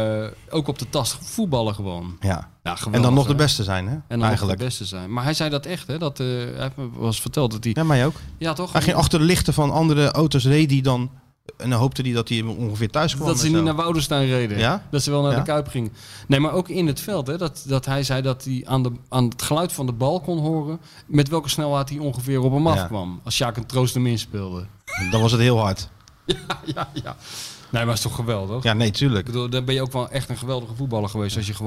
ook op de tast voetballen gewoon. Ja, geweldig, en dan nog de beste zijn, hè? En dan nog de beste zijn. Maar hij zei dat echt, hè? Dat, hij heeft me was verteld dat hij... Ja, mij ook. Ja, toch? Hij ging achter de lichten van andere auto's, reed hij dan... En dan hoopte hij dat hij ongeveer thuis kwam. Dat ze niet naar Woudenstein reden. Ja? Dat ze wel naar de Kuip gingen. Nee, maar ook in het veld. Hè, dat hij zei dat hij aan het geluid van de bal kon horen... met welke snelheid hij ongeveer op hem afkwam. Als Sjaak een troost hem inspeelde. Dan was het heel hard. Ja. Nee, maar het is toch geweldig? Ja, nee, tuurlijk. Ik bedoel, dan ben je ook wel echt een geweldige voetballer geweest... als je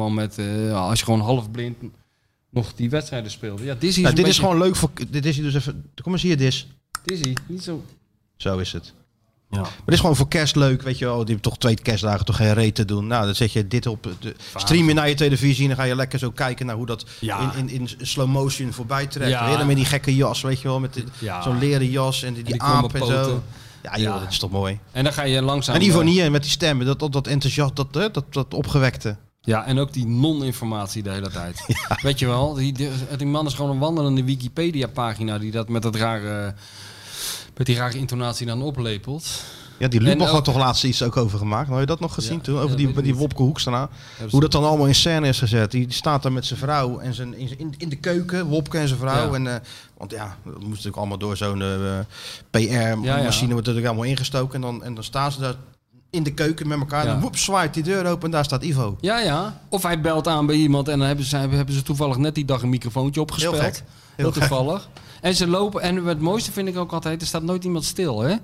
gewoon half blind nog die wedstrijden speelde. Ja, Dizzy is is gewoon leuk voor... Dit is dus even... Kom eens hier, Dizzy, niet zo... Zo is het. Ja. Maar het is gewoon voor kerst leuk, weet je wel. Die hebben toch 2 kerstdagen toch geen reet te doen. Nou, dan zet je dit op, stream je naar je televisie en dan ga je lekker zo kijken naar hoe dat in slow motion voorbij trekt. Ja. Weer met die gekke jas, weet je wel, met zo'n leren jas en die aap en zo. Ja, joh, dat is toch mooi. En dan ga je langzaam... En Ivonie met die stemmen, dat enthousiast, dat opgewekte. Ja, en ook die non-informatie de hele tijd. Ja. Weet je wel, die man is gewoon een wandelende Wikipedia-pagina die dat met die rare intonatie dan oplepelt. Ja, die Lubach had toch laatst iets ook over gemaakt. Had je dat nog gezien toen? Over die Wopke Hoekstra. Hoe dat dan allemaal in scène is gezet. Die staat daar met zijn vrouw en in de keuken. Wopke en zijn vrouw. En, want ja, dat moest natuurlijk allemaal door zo'n PR-machine wordt natuurlijk allemaal ingestoken. En dan staan ze daar in de keuken met elkaar. En dan zwaait die deur open en daar staat Ivo. Ja. Of hij belt aan bij iemand en dan hebben ze toevallig net die dag een microfoontje opgespeeld. Heel gek. Heel toevallig. En ze lopen, en het mooiste vind ik ook altijd, er staat nooit iemand stil. Hè?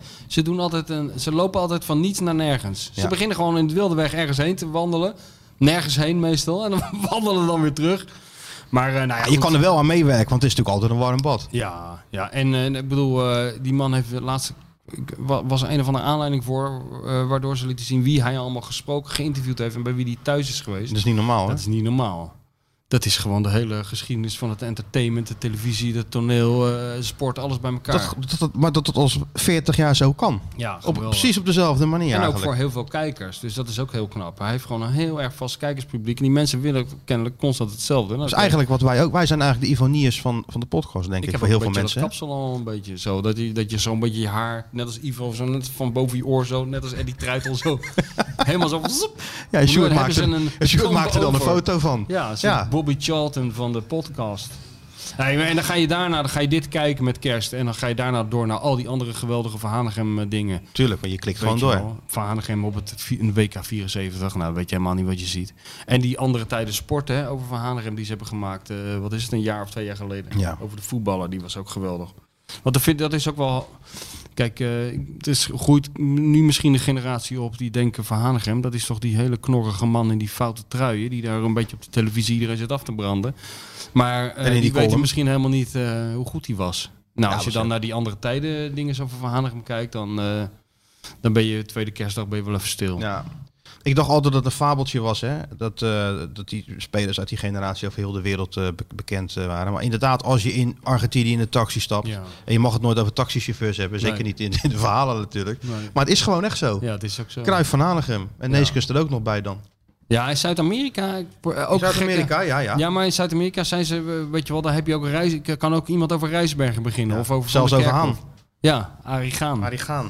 Ze lopen altijd van niets naar nergens. Ze beginnen gewoon in de wilde weg ergens heen te wandelen. Nergens heen meestal. En dan wandelen dan weer terug. Maar je kan er wel aan meewerken, want het is natuurlijk altijd een warm bad. Ja. En ik bedoel, die man heeft laatst... was er een of andere aanleiding voor, waardoor ze lieten zien wie hij allemaal gesproken, geïnterviewd heeft en bij wie hij thuis is geweest. Dat is niet normaal, hè? Dat is niet normaal. Dat is gewoon de hele geschiedenis van het entertainment, de televisie, de toneel, sport, alles bij elkaar. Maar dat het al 40 jaar zo kan. Ja, precies op dezelfde manier en eigenlijk. ook voor heel veel kijkers. Dus dat is ook heel knap. Hij heeft gewoon een heel erg vast kijkerspubliek. En die mensen willen kennelijk constant hetzelfde. Dus eigenlijk wat wij ook... Wij zijn eigenlijk de Ivoniers van de podcast, denk ik voor heel veel mensen. Ik heb kapsel al een beetje zo. Dat je zo'n beetje je haar, net als Ivo, zo net van boven je oor zo, net als Eddie Truitel zo. Helemaal zo. Ja, Sjoerd maakt er dan een foto van. Ja, Bobby Charlton van de podcast. En dan ga je daarna dit kijken met kerst. En dan ga je daarna door naar al die andere geweldige Van Hanegem dingen. Tuurlijk, maar je klikt gewoon door. Van Hanegem op een WK 74. Nou, weet je helemaal niet wat je ziet. En die andere tijden sport, hè, over Van Hanegem die ze hebben gemaakt. Wat is het, een jaar of 2 jaar geleden. Ja. Over de voetballer, die was ook geweldig. Want dat is ook wel... Kijk, het groeit nu misschien een generatie op die denken Van Hanegem. Dat is toch die hele knorrige man in die foute truien. Die daar een beetje op de televisie iedereen zit af te branden. Maar die weten misschien helemaal niet hoe goed hij was. Nou, als je dan naar die andere tijden dingen over Van Hanegem kijkt, dan ben je tweede kerstdag wel even stil. Ja. Ik dacht altijd dat het een fabeltje was, hè? Dat die spelers uit die generatie over heel de wereld bekend waren. Maar inderdaad, als je in Argentinië in een taxi stapt... en je mag het nooit over taxichauffeurs hebben, zeker niet in de verhalen natuurlijk. Nee. Maar het is gewoon echt zo. Ja, het is ook zo. Cruyff, Van Hanegem en Neeskens er ook nog bij dan. Ja, in Zuid-Amerika ook. Zuid-Amerika, ja. Ja, maar in Zuid-Amerika zijn ze, weet je wel, daar heb je ook kan ook iemand over Rijsbergen beginnen. Ja. Of over zelfs over Haan. Ja, Arie Haan.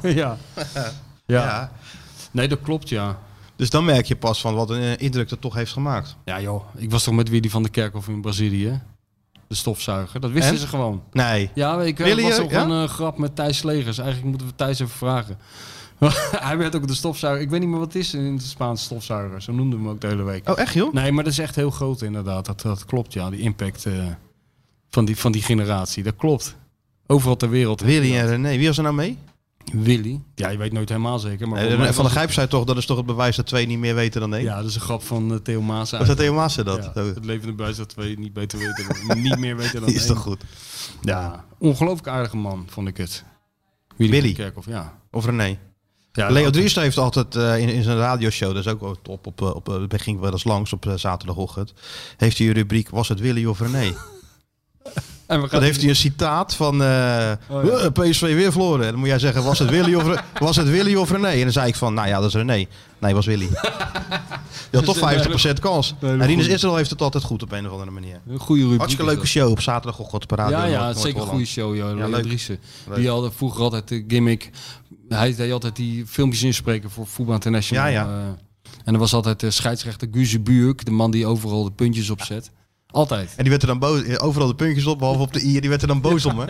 Ja. Nee, dat klopt, ja. Dus dan merk je pas van wat een indruk dat toch heeft gemaakt. Ja joh, ik was toch met Willy van der Kerkhof in Brazilië. De stofzuiger, dat wisten ze gewoon. Nee. Ja, ik was ook een grap met Thijs Slegers. Eigenlijk moeten we Thijs even vragen. Hij werd ook de stofzuiger. Ik weet niet meer wat het is in de Spaanse stofzuiger. Zo noemden we hem ook de hele week. Oh, echt joh? Nee, maar dat is echt heel groot inderdaad. Dat klopt, ja. Die impact van die generatie. Dat klopt. Overal ter wereld. Willy en René. Wie was er nou mee? Willy. Ja, je weet nooit helemaal zeker. Maar van der Gijp zei toch, dat is toch het bewijs dat 2 niet meer weten dan 1? Ja, dat is een grap van Theo Maas. Was dat Theo Maas dat? Ja, het levende bewijs dat 2 niet beter weten niet meer weten dan 1. Is toch goed? Ja, ongelooflijk aardige man, vond ik het. Willy? Kerkhoff, ja. Of René? Ja, Leo Driester heeft altijd in zijn radioshow, dat is ook op ging wel eens langs op zaterdagochtend, heeft hij een rubriek, was het Willy of René? En dan heeft hij een citaat van PSV weer verloren. En dan moet jij zeggen, was het Willy of René? En dan zei ik van, nou ja, dat is René. Nee, was Willy. Je had toch 50% kans. En Rinus Israël heeft het altijd goed op een of andere manier. Een goede rubriek. Hartstikke leuke show op zaterdagochtend op radio. Ja, zeker een goede show. Leo Driessen. Die had vroeger altijd de gimmick. Hij deed altijd die filmpjes inspreken voor Voetbal International. Ja. En er was altijd de scheidsrechter Guze Buurk, de man die overal de puntjes op zet. Altijd. En die werd er dan boos, overal de puntjes op, behalve op de i, die werd er dan boos om, hè?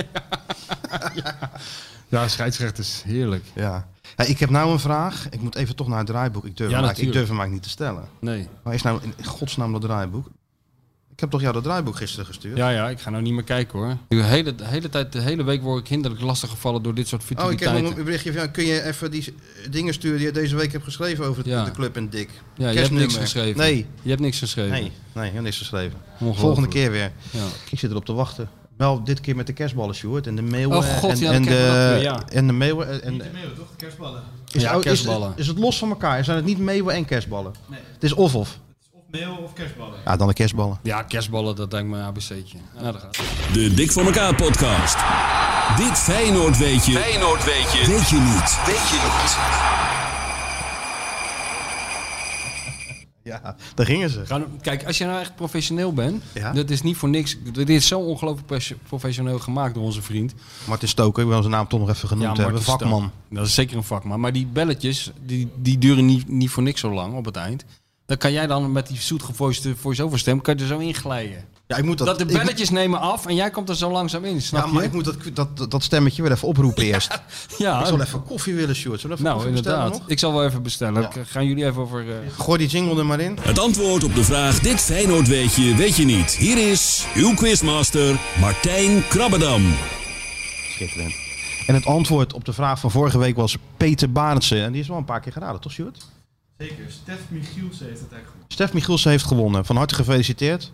Ja, scheidsrechters, heerlijk. Ja. Hey, ik heb nou een vraag. Ik moet even toch naar het draaiboek. Ik durf hem eigenlijk niet te stellen. Nee. Waar is nou in godsnaam dat draaiboek? Ik heb toch jou dat draaiboek gisteren gestuurd? Ja, ik ga nou niet meer kijken hoor. De hele week word ik hinderlijk lastiggevallen door dit soort futiliteiten. Ik heb een berichtje van, kun je even die dingen sturen die je deze week hebt geschreven over de club en Dick? Ja, je hebt niks geschreven. Nee. Je hebt niks geschreven. Nee, ik heb niks geschreven. Volgende keer weer. Ja. Ik zit erop te wachten. Wel dit keer met de kerstballen, Sjoerd. En de meeuwen. Oh god, en de meeuwen. Niet de meeuwen, toch? Kerstballen. Kerstballen. Is het los van elkaar? Zijn het niet meeuwen en kerstballen? Nee. Het is of. Of meeuwen of kerstballen. Ja, dan de kerstballen. Ja, kerstballen, dat denk ik mijn ABC'tje. Ja, dat gaat. De Dik voor elkaar podcast. Dit Feyenoord weet je. Feyenoord weet je. Weet je niet. Weet je niet. Ja. Ja, daar gingen ze. Kijk, als je nou echt professioneel bent, Ja? dat is niet voor niks. Dit is zo ongelooflijk professioneel gemaakt door onze vriend. Martin Stoker, ik wil zijn naam toch nog even genoemd hebben. Martin Vakman. Stoker. Dat is zeker een vakman. Maar die belletjes, die duren niet voor niks zo lang op het eind. Dan kan jij dan met die zoetgevoiste voice-over stem, kan je er zo inglijden. Ja, ik moet dat de belletjes nemen af en jij komt er zo langzaam in, snap ja, maar je? ik moet dat stemmetje weer even oproepen eerst. Ja. Ik zal even koffie willen, Sjoerd. Zullen we even koffie inderdaad. bestellen nog? Ik zal wel even bestellen. Ja. Gaan jullie even over... Gooi die jingle er maar in. Het antwoord op de vraag dit Feyenoord weet je niet. Hier is uw quizmaster Martijn Krabbedam. Schitterend. En het antwoord op de vraag van vorige week was Peter Barendse. En die is wel een paar keer geraden, toch Sjoerd? Zeker. Stef Michielsen heeft het eigenlijk gewonnen. Stef Michielsen heeft gewonnen. Van harte gefeliciteerd.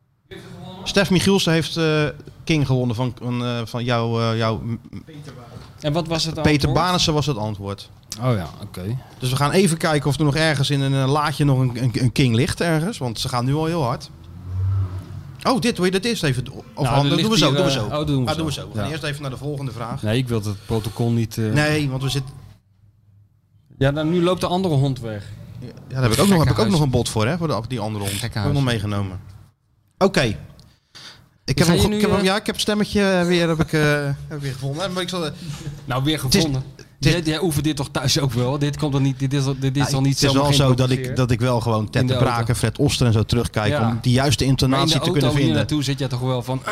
Stef Michielsen heeft King gewonnen van jouw En wat was het antwoord? Peter Barendse was het antwoord. Oh ja, oké. Dus we gaan even kijken of er nog ergens in een laadje nog een King ligt ergens. Want ze gaan nu al heel hard. Oh, wil je dat eerst even afhandelen? Doen we zo. Doen we zo. We gaan eerst even naar de volgende vraag. Nee, ik wil het protocol niet... Nee, want we zitten... Ja, nu loopt de andere hond weg. Ja, daar heb ik ook nog een bod voor, hè? Voor die andere hond. Heb ik nog meegenomen. Oké. Ik heb het stemmetje weer heb ik weer gevonden. Maar ik zal, nou, weer gevonden. Jij oefent dit toch thuis ook wel? Dit komt er niet. Dit is toch niet zo. Het is wel zo dat ik wel gewoon Ted de Braak, Fred Oster en zo terugkijk om die juiste intonatie te kunnen vinden. Naartoe zit jij toch wel van.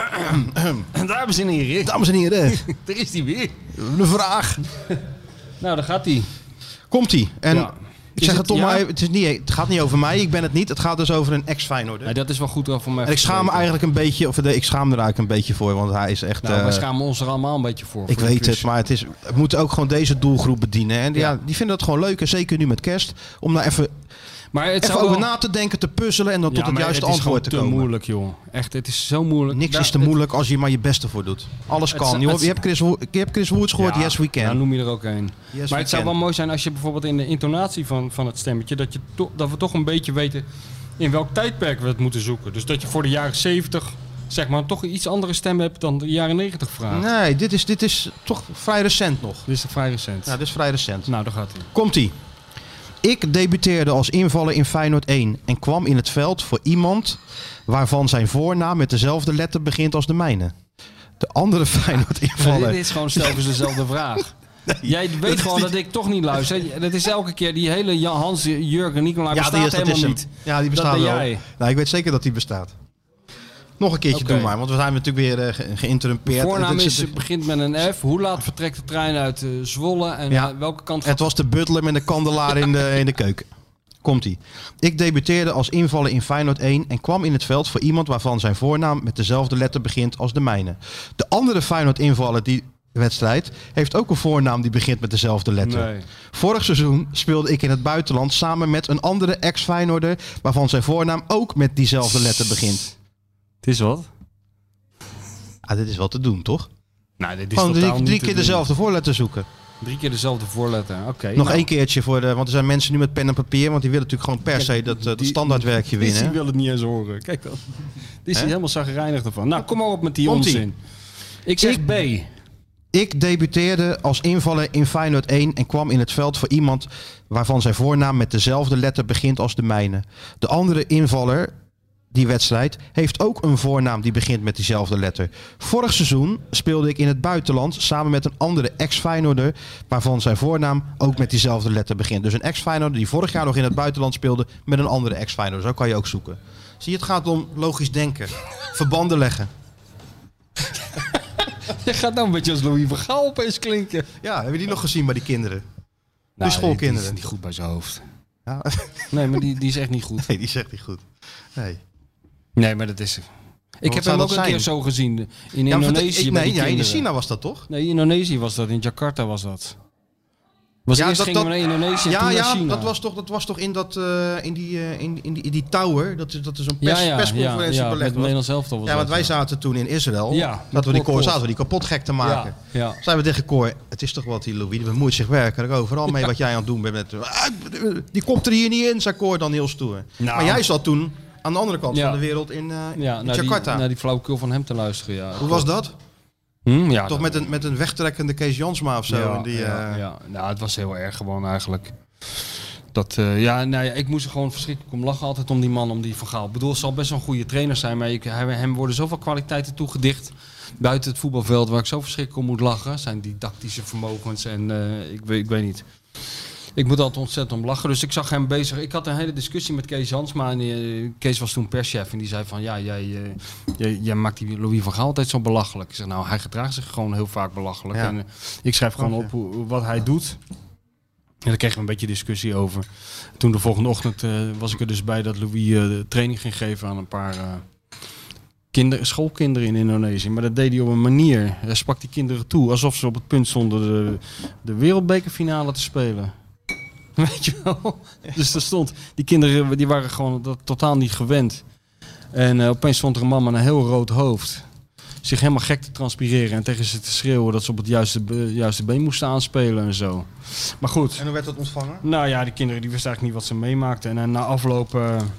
Dames en heren. Dames en heren. Daar is die weer. Een vraag. Nou, daar gaat hij. Komt-ie. En ik zeg het toch maar, het gaat niet over mij, ik ben het niet. Het gaat dus over een ex-Feyenoorder. Ja, dat is wel goed voor mij. En ik schaam me eigenlijk een beetje, ik schaam er eigenlijk een beetje voor, want hij is echt... Nou, wij schamen ons er allemaal een beetje voor. Ik weet het, maar we moeten ook gewoon deze doelgroep bedienen. En die vinden het gewoon leuk, en zeker nu met kerst, om daar even over na te denken, te puzzelen en dan tot het juiste antwoord te komen. Het is moeilijk, joh. Echt, het is zo moeilijk. Niks is te moeilijk als je maar je beste voor doet. Alles kan. Je hebt Chris Woods gehoord, yes we can. Ja, noem je er ook een. Yes, maar het zou wel mooi zijn als je bijvoorbeeld in de intonatie van het stemmetje, dat we toch een beetje weten in welk tijdperk we het moeten zoeken. Dus dat je voor de jaren 70 zeg maar toch een iets andere stem hebt dan de jaren 90 vraagt. Nee, dit is toch vrij recent nog. Dit is vrij recent. Ja, dit is vrij recent. Nou, daar gaat hij. Komt-ie. Ik debuteerde als invaller in Feyenoord 1 en kwam in het veld voor iemand waarvan zijn voornaam met dezelfde letter begint als de mijne. De andere Feyenoord invaller... Dit is gewoon telkens dezelfde vraag. Nee, jij weet gewoon dat ik toch niet luister. Dat is elke keer die hele Hans, Jurgen, Nicolai bestaat helemaal niet. Ja, die bestaat dat ben wel. jij. Nou, ik weet zeker dat die bestaat. Nog een keertje doen maar, want we zijn natuurlijk weer geïnterrumpeerd. De voornaam begint met een F. Hoe laat vertrekt de trein uit Zwolle en welke kant... Het was de butler met een kandelaar in de keuken. Komt-ie. Ik debuteerde als invaller in Feyenoord 1 en kwam in het veld voor iemand waarvan zijn voornaam met dezelfde letter begint als de mijne. De andere Feyenoord invaller die wedstrijd heeft ook een voornaam die begint met dezelfde letter. Nee. Vorig seizoen speelde ik in het buitenland samen met een andere ex-Feyenoorder waarvan zijn voornaam ook met diezelfde letter begint. Het is wat? Ah, dit is wel te doen, toch? Nou, dit is gewoon drie keer dezelfde voorletter zoeken. 3 keer dezelfde voorletter, oké. Nog één keertje want er zijn mensen nu met pen en papier, want die willen natuurlijk gewoon per se dat standaardwerkje winnen. Die willen het niet eens horen. Kijk dan. Die is hier helemaal zagrijnig ervan. Nou, kom maar op met die onzin. Ik zeg B. Ik debuteerde als invaller in Feyenoord 1 en kwam in het veld voor iemand waarvan zijn voornaam met dezelfde letter begint als de mijne. De andere invaller die wedstrijd heeft ook een voornaam die begint met diezelfde letter. Vorig seizoen speelde ik in het buitenland samen met een andere ex-Feyenoorder waarvan zijn voornaam ook met diezelfde letter begint. Dus een ex-Feyenoorder die vorig jaar nog in het buitenland speelde met een andere ex-Feyenoorder. Zo kan je ook zoeken. Zie je, het gaat om logisch denken. Verbanden leggen. Je gaat nou een beetje als Louis van Gaal opeens klinken. Ja, heb je die nog gezien bij die kinderen? Nou, die schoolkinderen. Die is niet goed bij zijn hoofd. Ja. Nee, maar die is echt niet goed. Nee, die is echt niet goed. Nee, maar dat is... Ik heb hem ook een keer zo gezien. In Indonesië. In China was dat toch? Nee, in Indonesië was dat. In Jakarta was dat. Eerst gingen we naar Indonesië en toen naar China. Dat was toch in die tower. Dat is een persconferentie belegd. Met Nederlands elftal was want wij zaten toen in Israël. Ja, dat we die kapot gek te maken. Ja. Zijn we tegen Cor, het is toch wat die Louis, die bemoeit zich werkelijk overal mee wat jij aan het doen bent. Die komt er hier niet in, zei Cor dan heel stoer. Nou. Maar jij zat toen aan de andere kant van de wereld in Jakarta. Naar die flauwekul van hem te luisteren, ja. Hoe was dat? Ja, toch met een wegtrekkende Kees Jansma of zo. Nou, het was heel erg gewoon eigenlijk. Ik moest er gewoon verschrikkelijk om lachen altijd om die man, om die Van Gaal. Ik bedoel, het zal best wel een goede trainer zijn, maar hem worden zoveel kwaliteiten toegedicht buiten het voetbalveld waar ik zo verschrikkelijk om moet lachen. Zijn didactische vermogens en ik weet niet. Ik moet altijd ontzettend om lachen, dus ik zag hem bezig. Ik had een hele discussie met Kees Jansma en Kees was toen perschef en die zei van jij maakt die Louis van Gaal altijd zo belachelijk. Ik zeg nou, hij gedraagt zich gewoon heel vaak belachelijk. Ja. En ik schrijf gewoon op wat hij doet. En daar kregen we een beetje discussie over. Toen de volgende ochtend was ik er dus bij dat Louis training ging geven aan een paar schoolkinderen in Indonesië. Maar dat deed hij op een manier. Hij sprak die kinderen toe alsof ze op het punt stonden de wereldbekerfinale te spelen. Weet je wel? Ja. Dus er stond, die kinderen die waren gewoon dat totaal niet gewend. En opeens stond er een man met een heel rood hoofd. Zich helemaal gek te transpireren en tegen ze te schreeuwen dat ze op het juiste been moesten aanspelen en zo. Maar goed. En hoe werd dat ontvangen? Nou ja, die kinderen die wisten eigenlijk niet wat ze meemaakten. En na afloop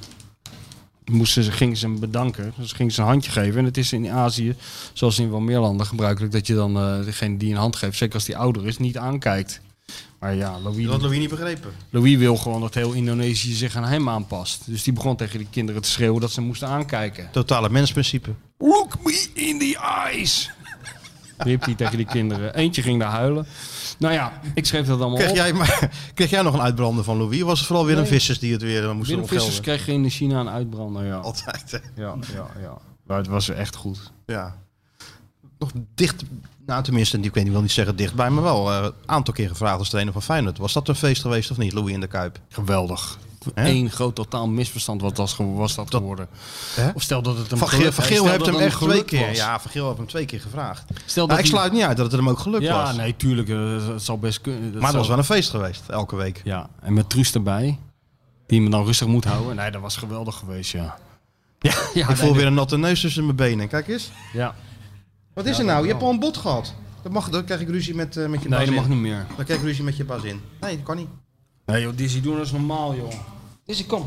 gingen ze hem bedanken. Dus gingen ze een handje geven. En het is in Azië, zoals in wel meer landen, gebruikelijk dat je dan degene die een hand geeft, zeker als die ouder is, niet aankijkt. Maar ja, dat had Louis niet begrepen. Louis wil gewoon dat heel Indonesië zich aan hem aanpast. Dus die begon tegen die kinderen te schreeuwen dat ze moesten aankijken. Totale mensprincipe. Look me in the eyes! Riep hij tegen die kinderen. Eentje ging daar huilen. Nou ja, ik schreef dat allemaal Kreeg jij nog een uitbrander van Louis? Of was het vooral Willem Vissers die het weer moest opgelden? Willem Vissers kreeg in China een uitbrander, ja. Altijd, hè? Ja. Maar het was echt goed. Ja. Nog dicht, nou tenminste, ik wil niet zeggen dichtbij, maar wel een aantal keer gevraagd als trainer van Feyenoord. Was dat een feest geweest of niet, Louis in de Kuip? Geweldig. Eén groot totaal misverstand was dat geworden. Of stel dat het hem Van Geel heeft hem echt 2 keer. Was. Ja, Van Geel heeft hem 2 keer gevraagd. Ik sluit niet uit dat het hem ook gelukt was. Ja, nee, tuurlijk. Het zal best kunnen. Maar het was wel een feest geweest, elke week. Ja, en met Truus erbij, die me dan rustig moet houden. Nee, dat was geweldig geweest, ja. Ik voel weer een natte neus tussen mijn benen. Kijk eens. Ja. Wat is er nou? Je hebt al een bod gehad. Dan krijg ik ruzie met je bazin. Nee, dat mag niet meer. Dan krijg ik ruzie met je bazin. Nee, dat kan niet. Nee joh, Dizzy, doen is normaal joh. Dizzy, kom.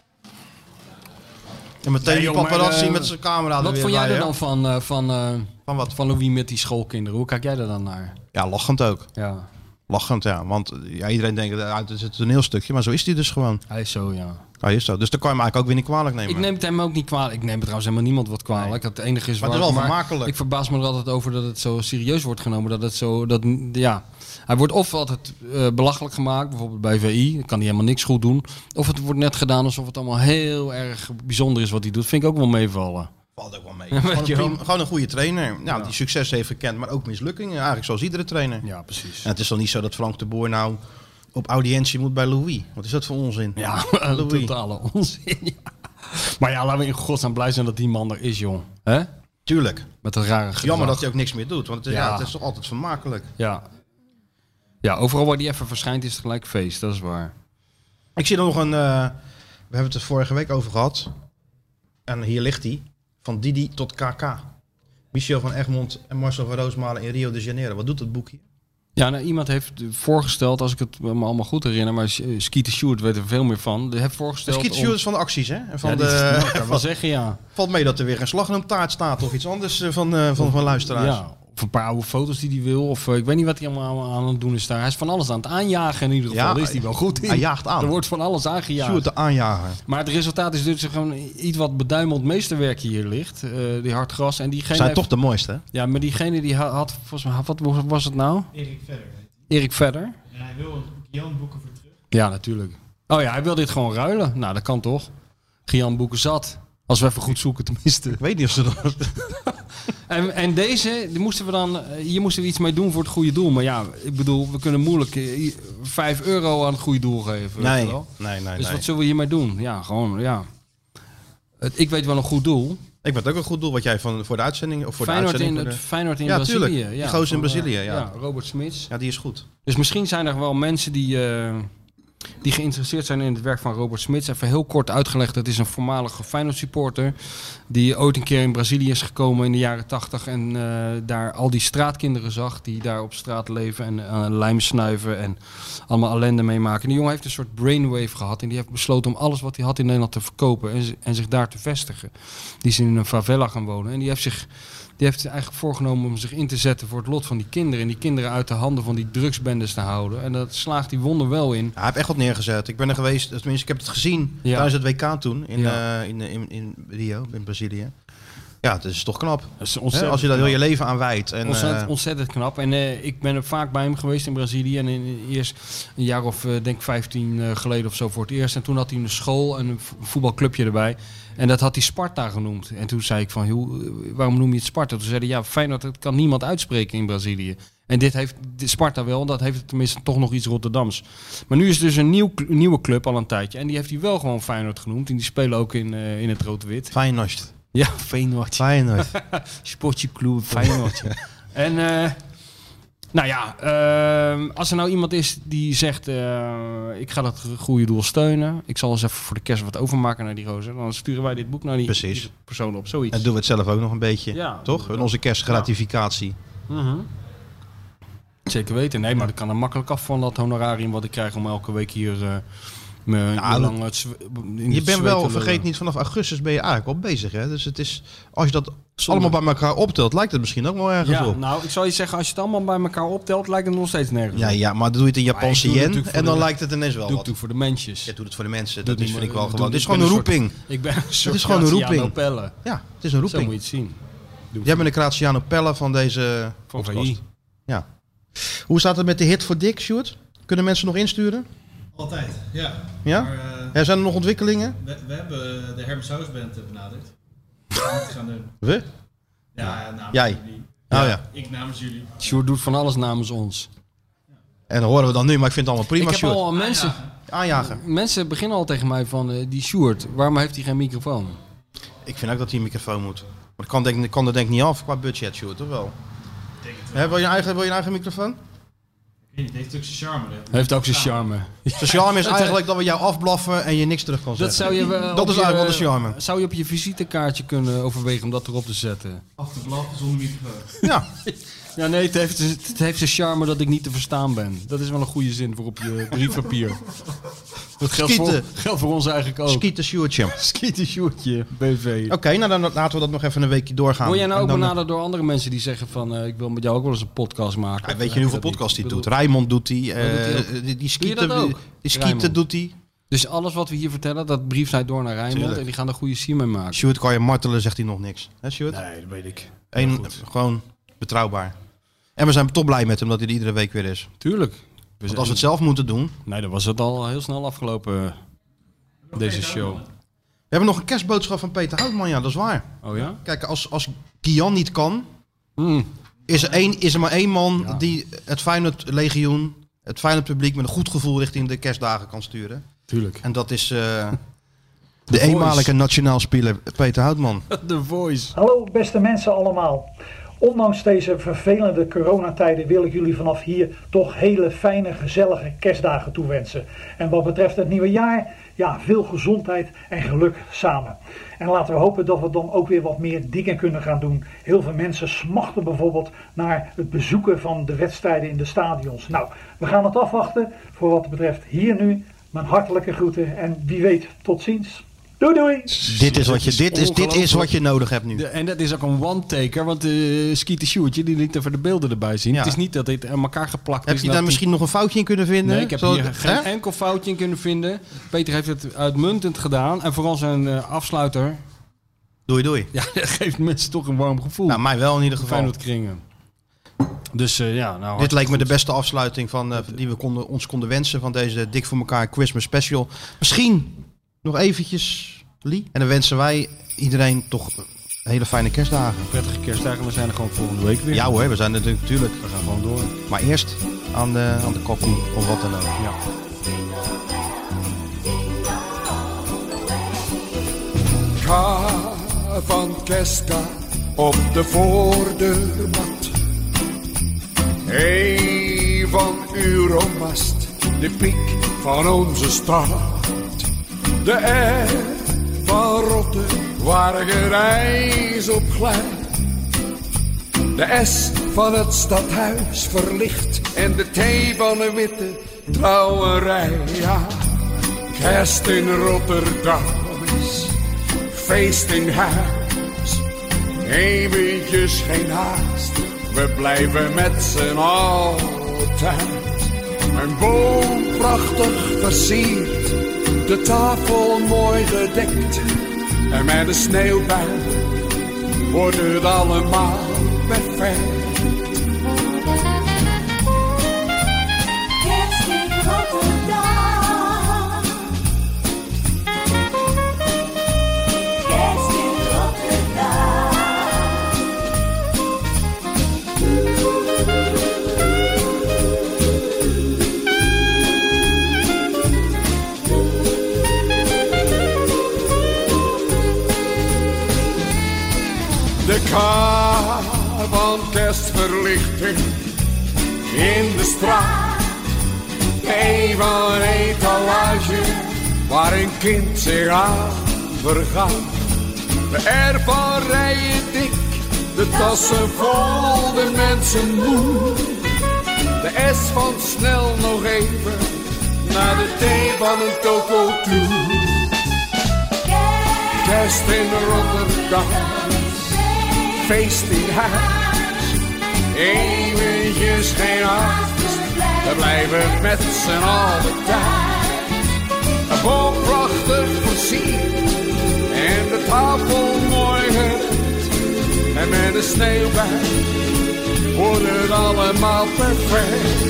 En meteen die paparazzi met zijn camera. Wat vond jij er dan van wat? Van Louis met die schoolkinderen? Hoe kijk jij er dan naar? Ja, lachend ook. Ja. Lachend, ja. Want iedereen denkt, het is een toneelstukje. Maar zo is hij dus gewoon. Hij is zo, ja. Hij is zo. Dus dan kan je hem eigenlijk ook weer niet kwalijk nemen. Ik neem het hem ook niet kwalijk. Ik neem het trouwens helemaal niemand wat kwalijk. Nee. Het enige is maar het is wel vermakelijk. Ik verbaas me er altijd over dat het zo serieus wordt genomen. Hij wordt of altijd belachelijk gemaakt, bijvoorbeeld bij VI. Dan kan hij helemaal niks goed doen. Of het wordt net gedaan alsof het allemaal heel erg bijzonder is wat hij doet. Vind ik ook wel meevallen. Valt ook wel mee. Gewoon een goede trainer. Ja, die succes heeft gekend, maar ook mislukkingen. Eigenlijk zoals iedere trainer. Ja, precies. En het is dan niet zo dat Frank de Boer nou op audiëntie moet bij Louis. Wat is dat voor onzin? Ja, totale onzin. Ja. Maar ja, laten we in godsnaam blij zijn dat die man er is, jong. Hè? Tuurlijk. Met een rare gedrag. Jammer dat hij ook niks meer doet, want het is toch altijd vermakelijk. Ja. Ja, overal waar die even verschijnt is het gelijk feest, dat is waar. Ik zie er nog een... we hebben het er vorige week over gehad. En hier ligt hij. Van Didi tot KK. Michel van Egmond en Marcel van Roosmalen in Rio de Janeiro. Wat doet het boekje? Ja, nou, iemand heeft voorgesteld, als ik het me allemaal goed herinner, maar Skeeter Stewart weet er veel meer van. Die heeft voorgesteld. Skeeter Stewart is van de acties, hè? En van wel zeggen, ja. Valt mee dat er weer een slagroomtaart staat of iets anders van luisteraars. Ja, of een paar oude foto's die hij wil. Of ik weet niet wat hij allemaal aan het doen is daar. Hij is van alles aan het aanjagen in ieder geval. Daar is hij wel goed in. Hij jaagt aan. Er wordt van alles aangejaagd. Stewart de aanjager. Maar het resultaat is dus gewoon iets wat beduimeld meesterwerk hier ligt. Die Hartgras. En diegene zijn toch de mooiste, hè? Ja, maar diegene die had volgens mij, wat was het nou? Erik Vedder. En hij wil Gian boeken voor terug. Ja, natuurlijk. Oh ja, hij wil dit gewoon ruilen. Nou, dat kan toch? Gian boeken zat. Als we even goed zoeken, tenminste. Ik weet niet of ze dat... en deze, hier moesten we iets mee doen voor het goede doel. Maar ja, ik bedoel, we kunnen moeilijk €5 aan het goede doel geven. Nee. Dus wat zullen we hiermee doen? Ja, gewoon, ja. Ik weet wel een goed doel. Ik weet ook een goed doel wat jij voor de uitzending... Of voor Feyenoord de uitzending Feyenoord in Brazilië. Tuurlijk. Die gozer in Brazilië, ja. Ja, Robert Smits. Ja, die is goed. Dus misschien zijn er wel mensen die geïnteresseerd zijn in het werk van Robert Smits. Even heel kort uitgelegd, het is een voormalige Feyenoord supporter die ooit een keer in Brazilië is gekomen in de jaren 80 en daar al die straatkinderen zag die daar op straat leven en lijm snuiven en allemaal ellende meemaken. Die jongen heeft een soort brainwave gehad en die heeft besloten om alles wat hij had in Nederland te verkopen en zich daar te vestigen. Die is in een favela gaan wonen en die heeft eigenlijk voorgenomen om zich in te zetten voor het lot van die kinderen. En die kinderen uit de handen van die drugsbendes te houden. En dat slaagt die wonderwel in. Ja, hij heeft echt goed neergezet. Ik ben er geweest, tenminste ik heb het gezien tijdens het WK toen in Rio, in Brazilië. Ja, het is toch knap. Als je daar heel je leven aan wijdt. Ontzettend knap. En ik ben er vaak bij hem geweest in Brazilië. En eerst een jaar of denk 15 geleden of zo voor het eerst. En toen had hij een school en een voetbalclubje erbij. En dat had hij Sparta genoemd. En toen zei ik van, waarom noem je het Sparta? Toen zeiden ja, Feyenoord, dat kan niemand uitspreken in Brazilië. En dit heeft Sparta wel, dat heeft tenminste toch nog iets Rotterdams. Maar nu is het dus een nieuwe club al een tijdje. En die heeft hij wel gewoon Feyenoord genoemd. En die spelen ook in het rood-wit. Feyenoord. Ja, Feyenoord. Sportje Club Feyenoord. En als er nou iemand is die zegt, ik ga dat goede doel steunen. Ik zal eens even voor de kerst wat overmaken naar die gozer. Dan sturen wij dit boek naar die persoon op. Zoiets. En doen we het zelf ook nog een beetje. Toch? In onze kerstgratificatie. Ja. Mm-hmm. Zeker weten. Nee, maar dat kan er makkelijk af van dat honorarium wat ik krijg om elke week hier... je bent wel, vergeet niet, vanaf augustus ben je eigenlijk al bezig. Hè? Dus het is, als je dat allemaal bij elkaar optelt, lijkt het misschien ook wel ergens op. Nou, ik zal je zeggen, als je het allemaal bij elkaar optelt, lijkt het nog steeds nergens op. Ja, maar dan doe je het in Japanse yen en dan lijkt het ineens wel wat. Doe voor de mensjes. Ja, doe het voor de mensen. Dat vind ik wel gewoon. Het is gewoon een roeping. Ik ben een soort het is gewoon een roeping. Pelle. Ja, het is een roeping. Zo moet je het zien. Jij bent de Graziano Pelle van deze podcast. Ja. Hoe staat het met de hit voor Dick, Sjoerd? Kunnen mensen nog insturen? Altijd, ja. Ja? Maar, zijn er nog ontwikkelingen? We hebben de Hermes House Band benaderd. Gaan doen. We? Ja, namens jij? jullie. Ja. Ik namens jullie. Sjoerd doet van alles namens ons. En dat horen we dan nu, maar ik vind het allemaal prima, Sjoerd. Ik heb al mensen... Aanjagen. Mensen beginnen al tegen mij van, die Sjoerd, waarom heeft hij geen microfoon? Ik vind ook dat hij een microfoon moet. Maar dat kan er denk ik niet af qua budget, Sjoerd, toch wel? Wil je een eigen microfoon? Het heeft ook zijn charme. Heeft ook zijn charme. Zijn charme is eigenlijk dat we jou afblaffen en je niks terug kan zeggen. Dat is eigenlijk wel de charme. Zou je op je visitekaartje kunnen overwegen om dat erop te zetten? Af te blaffen zonder microfoon. Ja. Ja, nee, het heeft zijn charme dat ik niet te verstaan ben. Dat is wel een goede zin voor op je briefpapier. Dat geldt voor ons eigenlijk ook. Skieten Sjoerdje. Skieten Sjoerdje, BV. Oké, nou dan laten we dat nog even een weekje doorgaan. Word jij nou ook benaderd door andere mensen die zeggen van... ik wil met jou ook wel eens een podcast maken? Ja, weet je hoeveel podcasts hij doet? Rijmond doet hij. Die Skieten doet hij. Dus alles wat we hier vertellen, dat brieft hij door naar Rijnmond en die gaan er goede sier mee maken. Sjoerd kan je martelen, zegt hij nog niks. Hè, Sjoerd? Nee, dat weet ik. Gewoon betrouwbaar. En we zijn toch blij met hem dat hij er iedere week weer is. Tuurlijk. Want als we het zelf moeten doen... Nee, dan was het al heel snel afgelopen, deze show. We hebben nog een kerstboodschap van Peter Houtman, ja, dat is waar. Oh ja? Kijk, als Kian niet kan, is er maar één man die het Feyenoord Legioen, het Feyenoord publiek met een goed gevoel richting de kerstdagen kan sturen. Tuurlijk. En dat is de eenmalige nationaal speler Peter Houtman. The Voice. Hallo beste mensen allemaal. Ondanks deze vervelende coronatijden wil ik jullie vanaf hier toch hele fijne, gezellige kerstdagen toewensen. En wat betreft het nieuwe jaar, ja, veel gezondheid en geluk samen. En laten we hopen dat we dan ook weer wat meer dingen kunnen gaan doen. Heel veel mensen smachten bijvoorbeeld naar het bezoeken van de wedstrijden in de stadions. Nou, we gaan het afwachten. Voor wat betreft hier nu, mijn hartelijke groeten en wie weet, tot ziens. Doei doei! Dit is wat je nodig hebt nu. En dat is ook een one-taker, want Skeeter Sjoerdje die liet even de beelden erbij zien. Ja. Het is niet dat dit aan elkaar geplakt is. Heb je daar misschien nog een foutje in kunnen vinden? Nee, ik heb hier geen enkel foutje in kunnen vinden. Peter heeft het uitmuntend gedaan. En vooral zijn afsluiter. Doei. Ja, dat geeft mensen toch een warm gevoel. Nou, mij wel in ieder geval. Feyenoord kringen. Dus dit leek me de beste afsluiting die we ons konden wensen van deze Dik voor elkaar Christmas special. Misschien nog eventjes, Lee. En dan wensen wij iedereen toch hele fijne kerstdagen. Prettige kerstdagen. We zijn er gewoon volgende week weer. Ja hoor, we zijn er natuurlijk. We gaan gewoon door. Maar eerst aan de koffie of wat dan ook. Ja. Ga van Keska op de voordeurmat. Hey van Euromast, de piek van onze stad. De R van Rotte, waar gereis op glijdt. De S van het stadhuis verlicht en de T van een witte trouwerij. Ja, kerst in Rotterdam is feest in huis. Eventjes geen haast, we blijven met z'n allen thuis. Een boom prachtig versierd, de tafel mooi gedekt. En met een sneeuwbui wordt het allemaal perfect. Kerst in Rotterdam. Kerst in Rotterdam. De kar van kerstverlichting in de straat. Een van een etalage waar een kind zich aan vergaat. De ervan rijden dik, de tassen vol, de mensen moe. De S van snel nog even naar de T van een toko toe. Kerst in Rotterdam. Feest in huis, eventjes geen angst, we blijven met z'n allen thuis. Een boom prachtig versierd en de tafel mooi gedekt. En met een sneeuwbui wordt het allemaal perfect.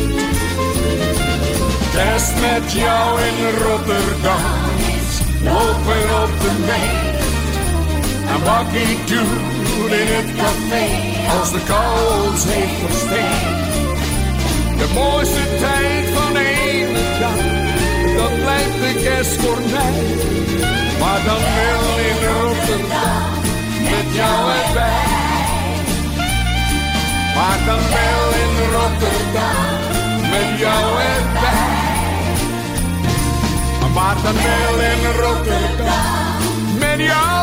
Kerst met jou in Rotterdam, lopen op de weg. En bakkie toe in het café, als de kou ons heeft versteend. De mooiste tijd van de ene dag, dat blijft de kerst voor mij. Maar dan wel in Rotterdam, met jou erbij. Maar dan wel in Rotterdam, met jou erbij. Maar dan wel in Rotterdam, met jou.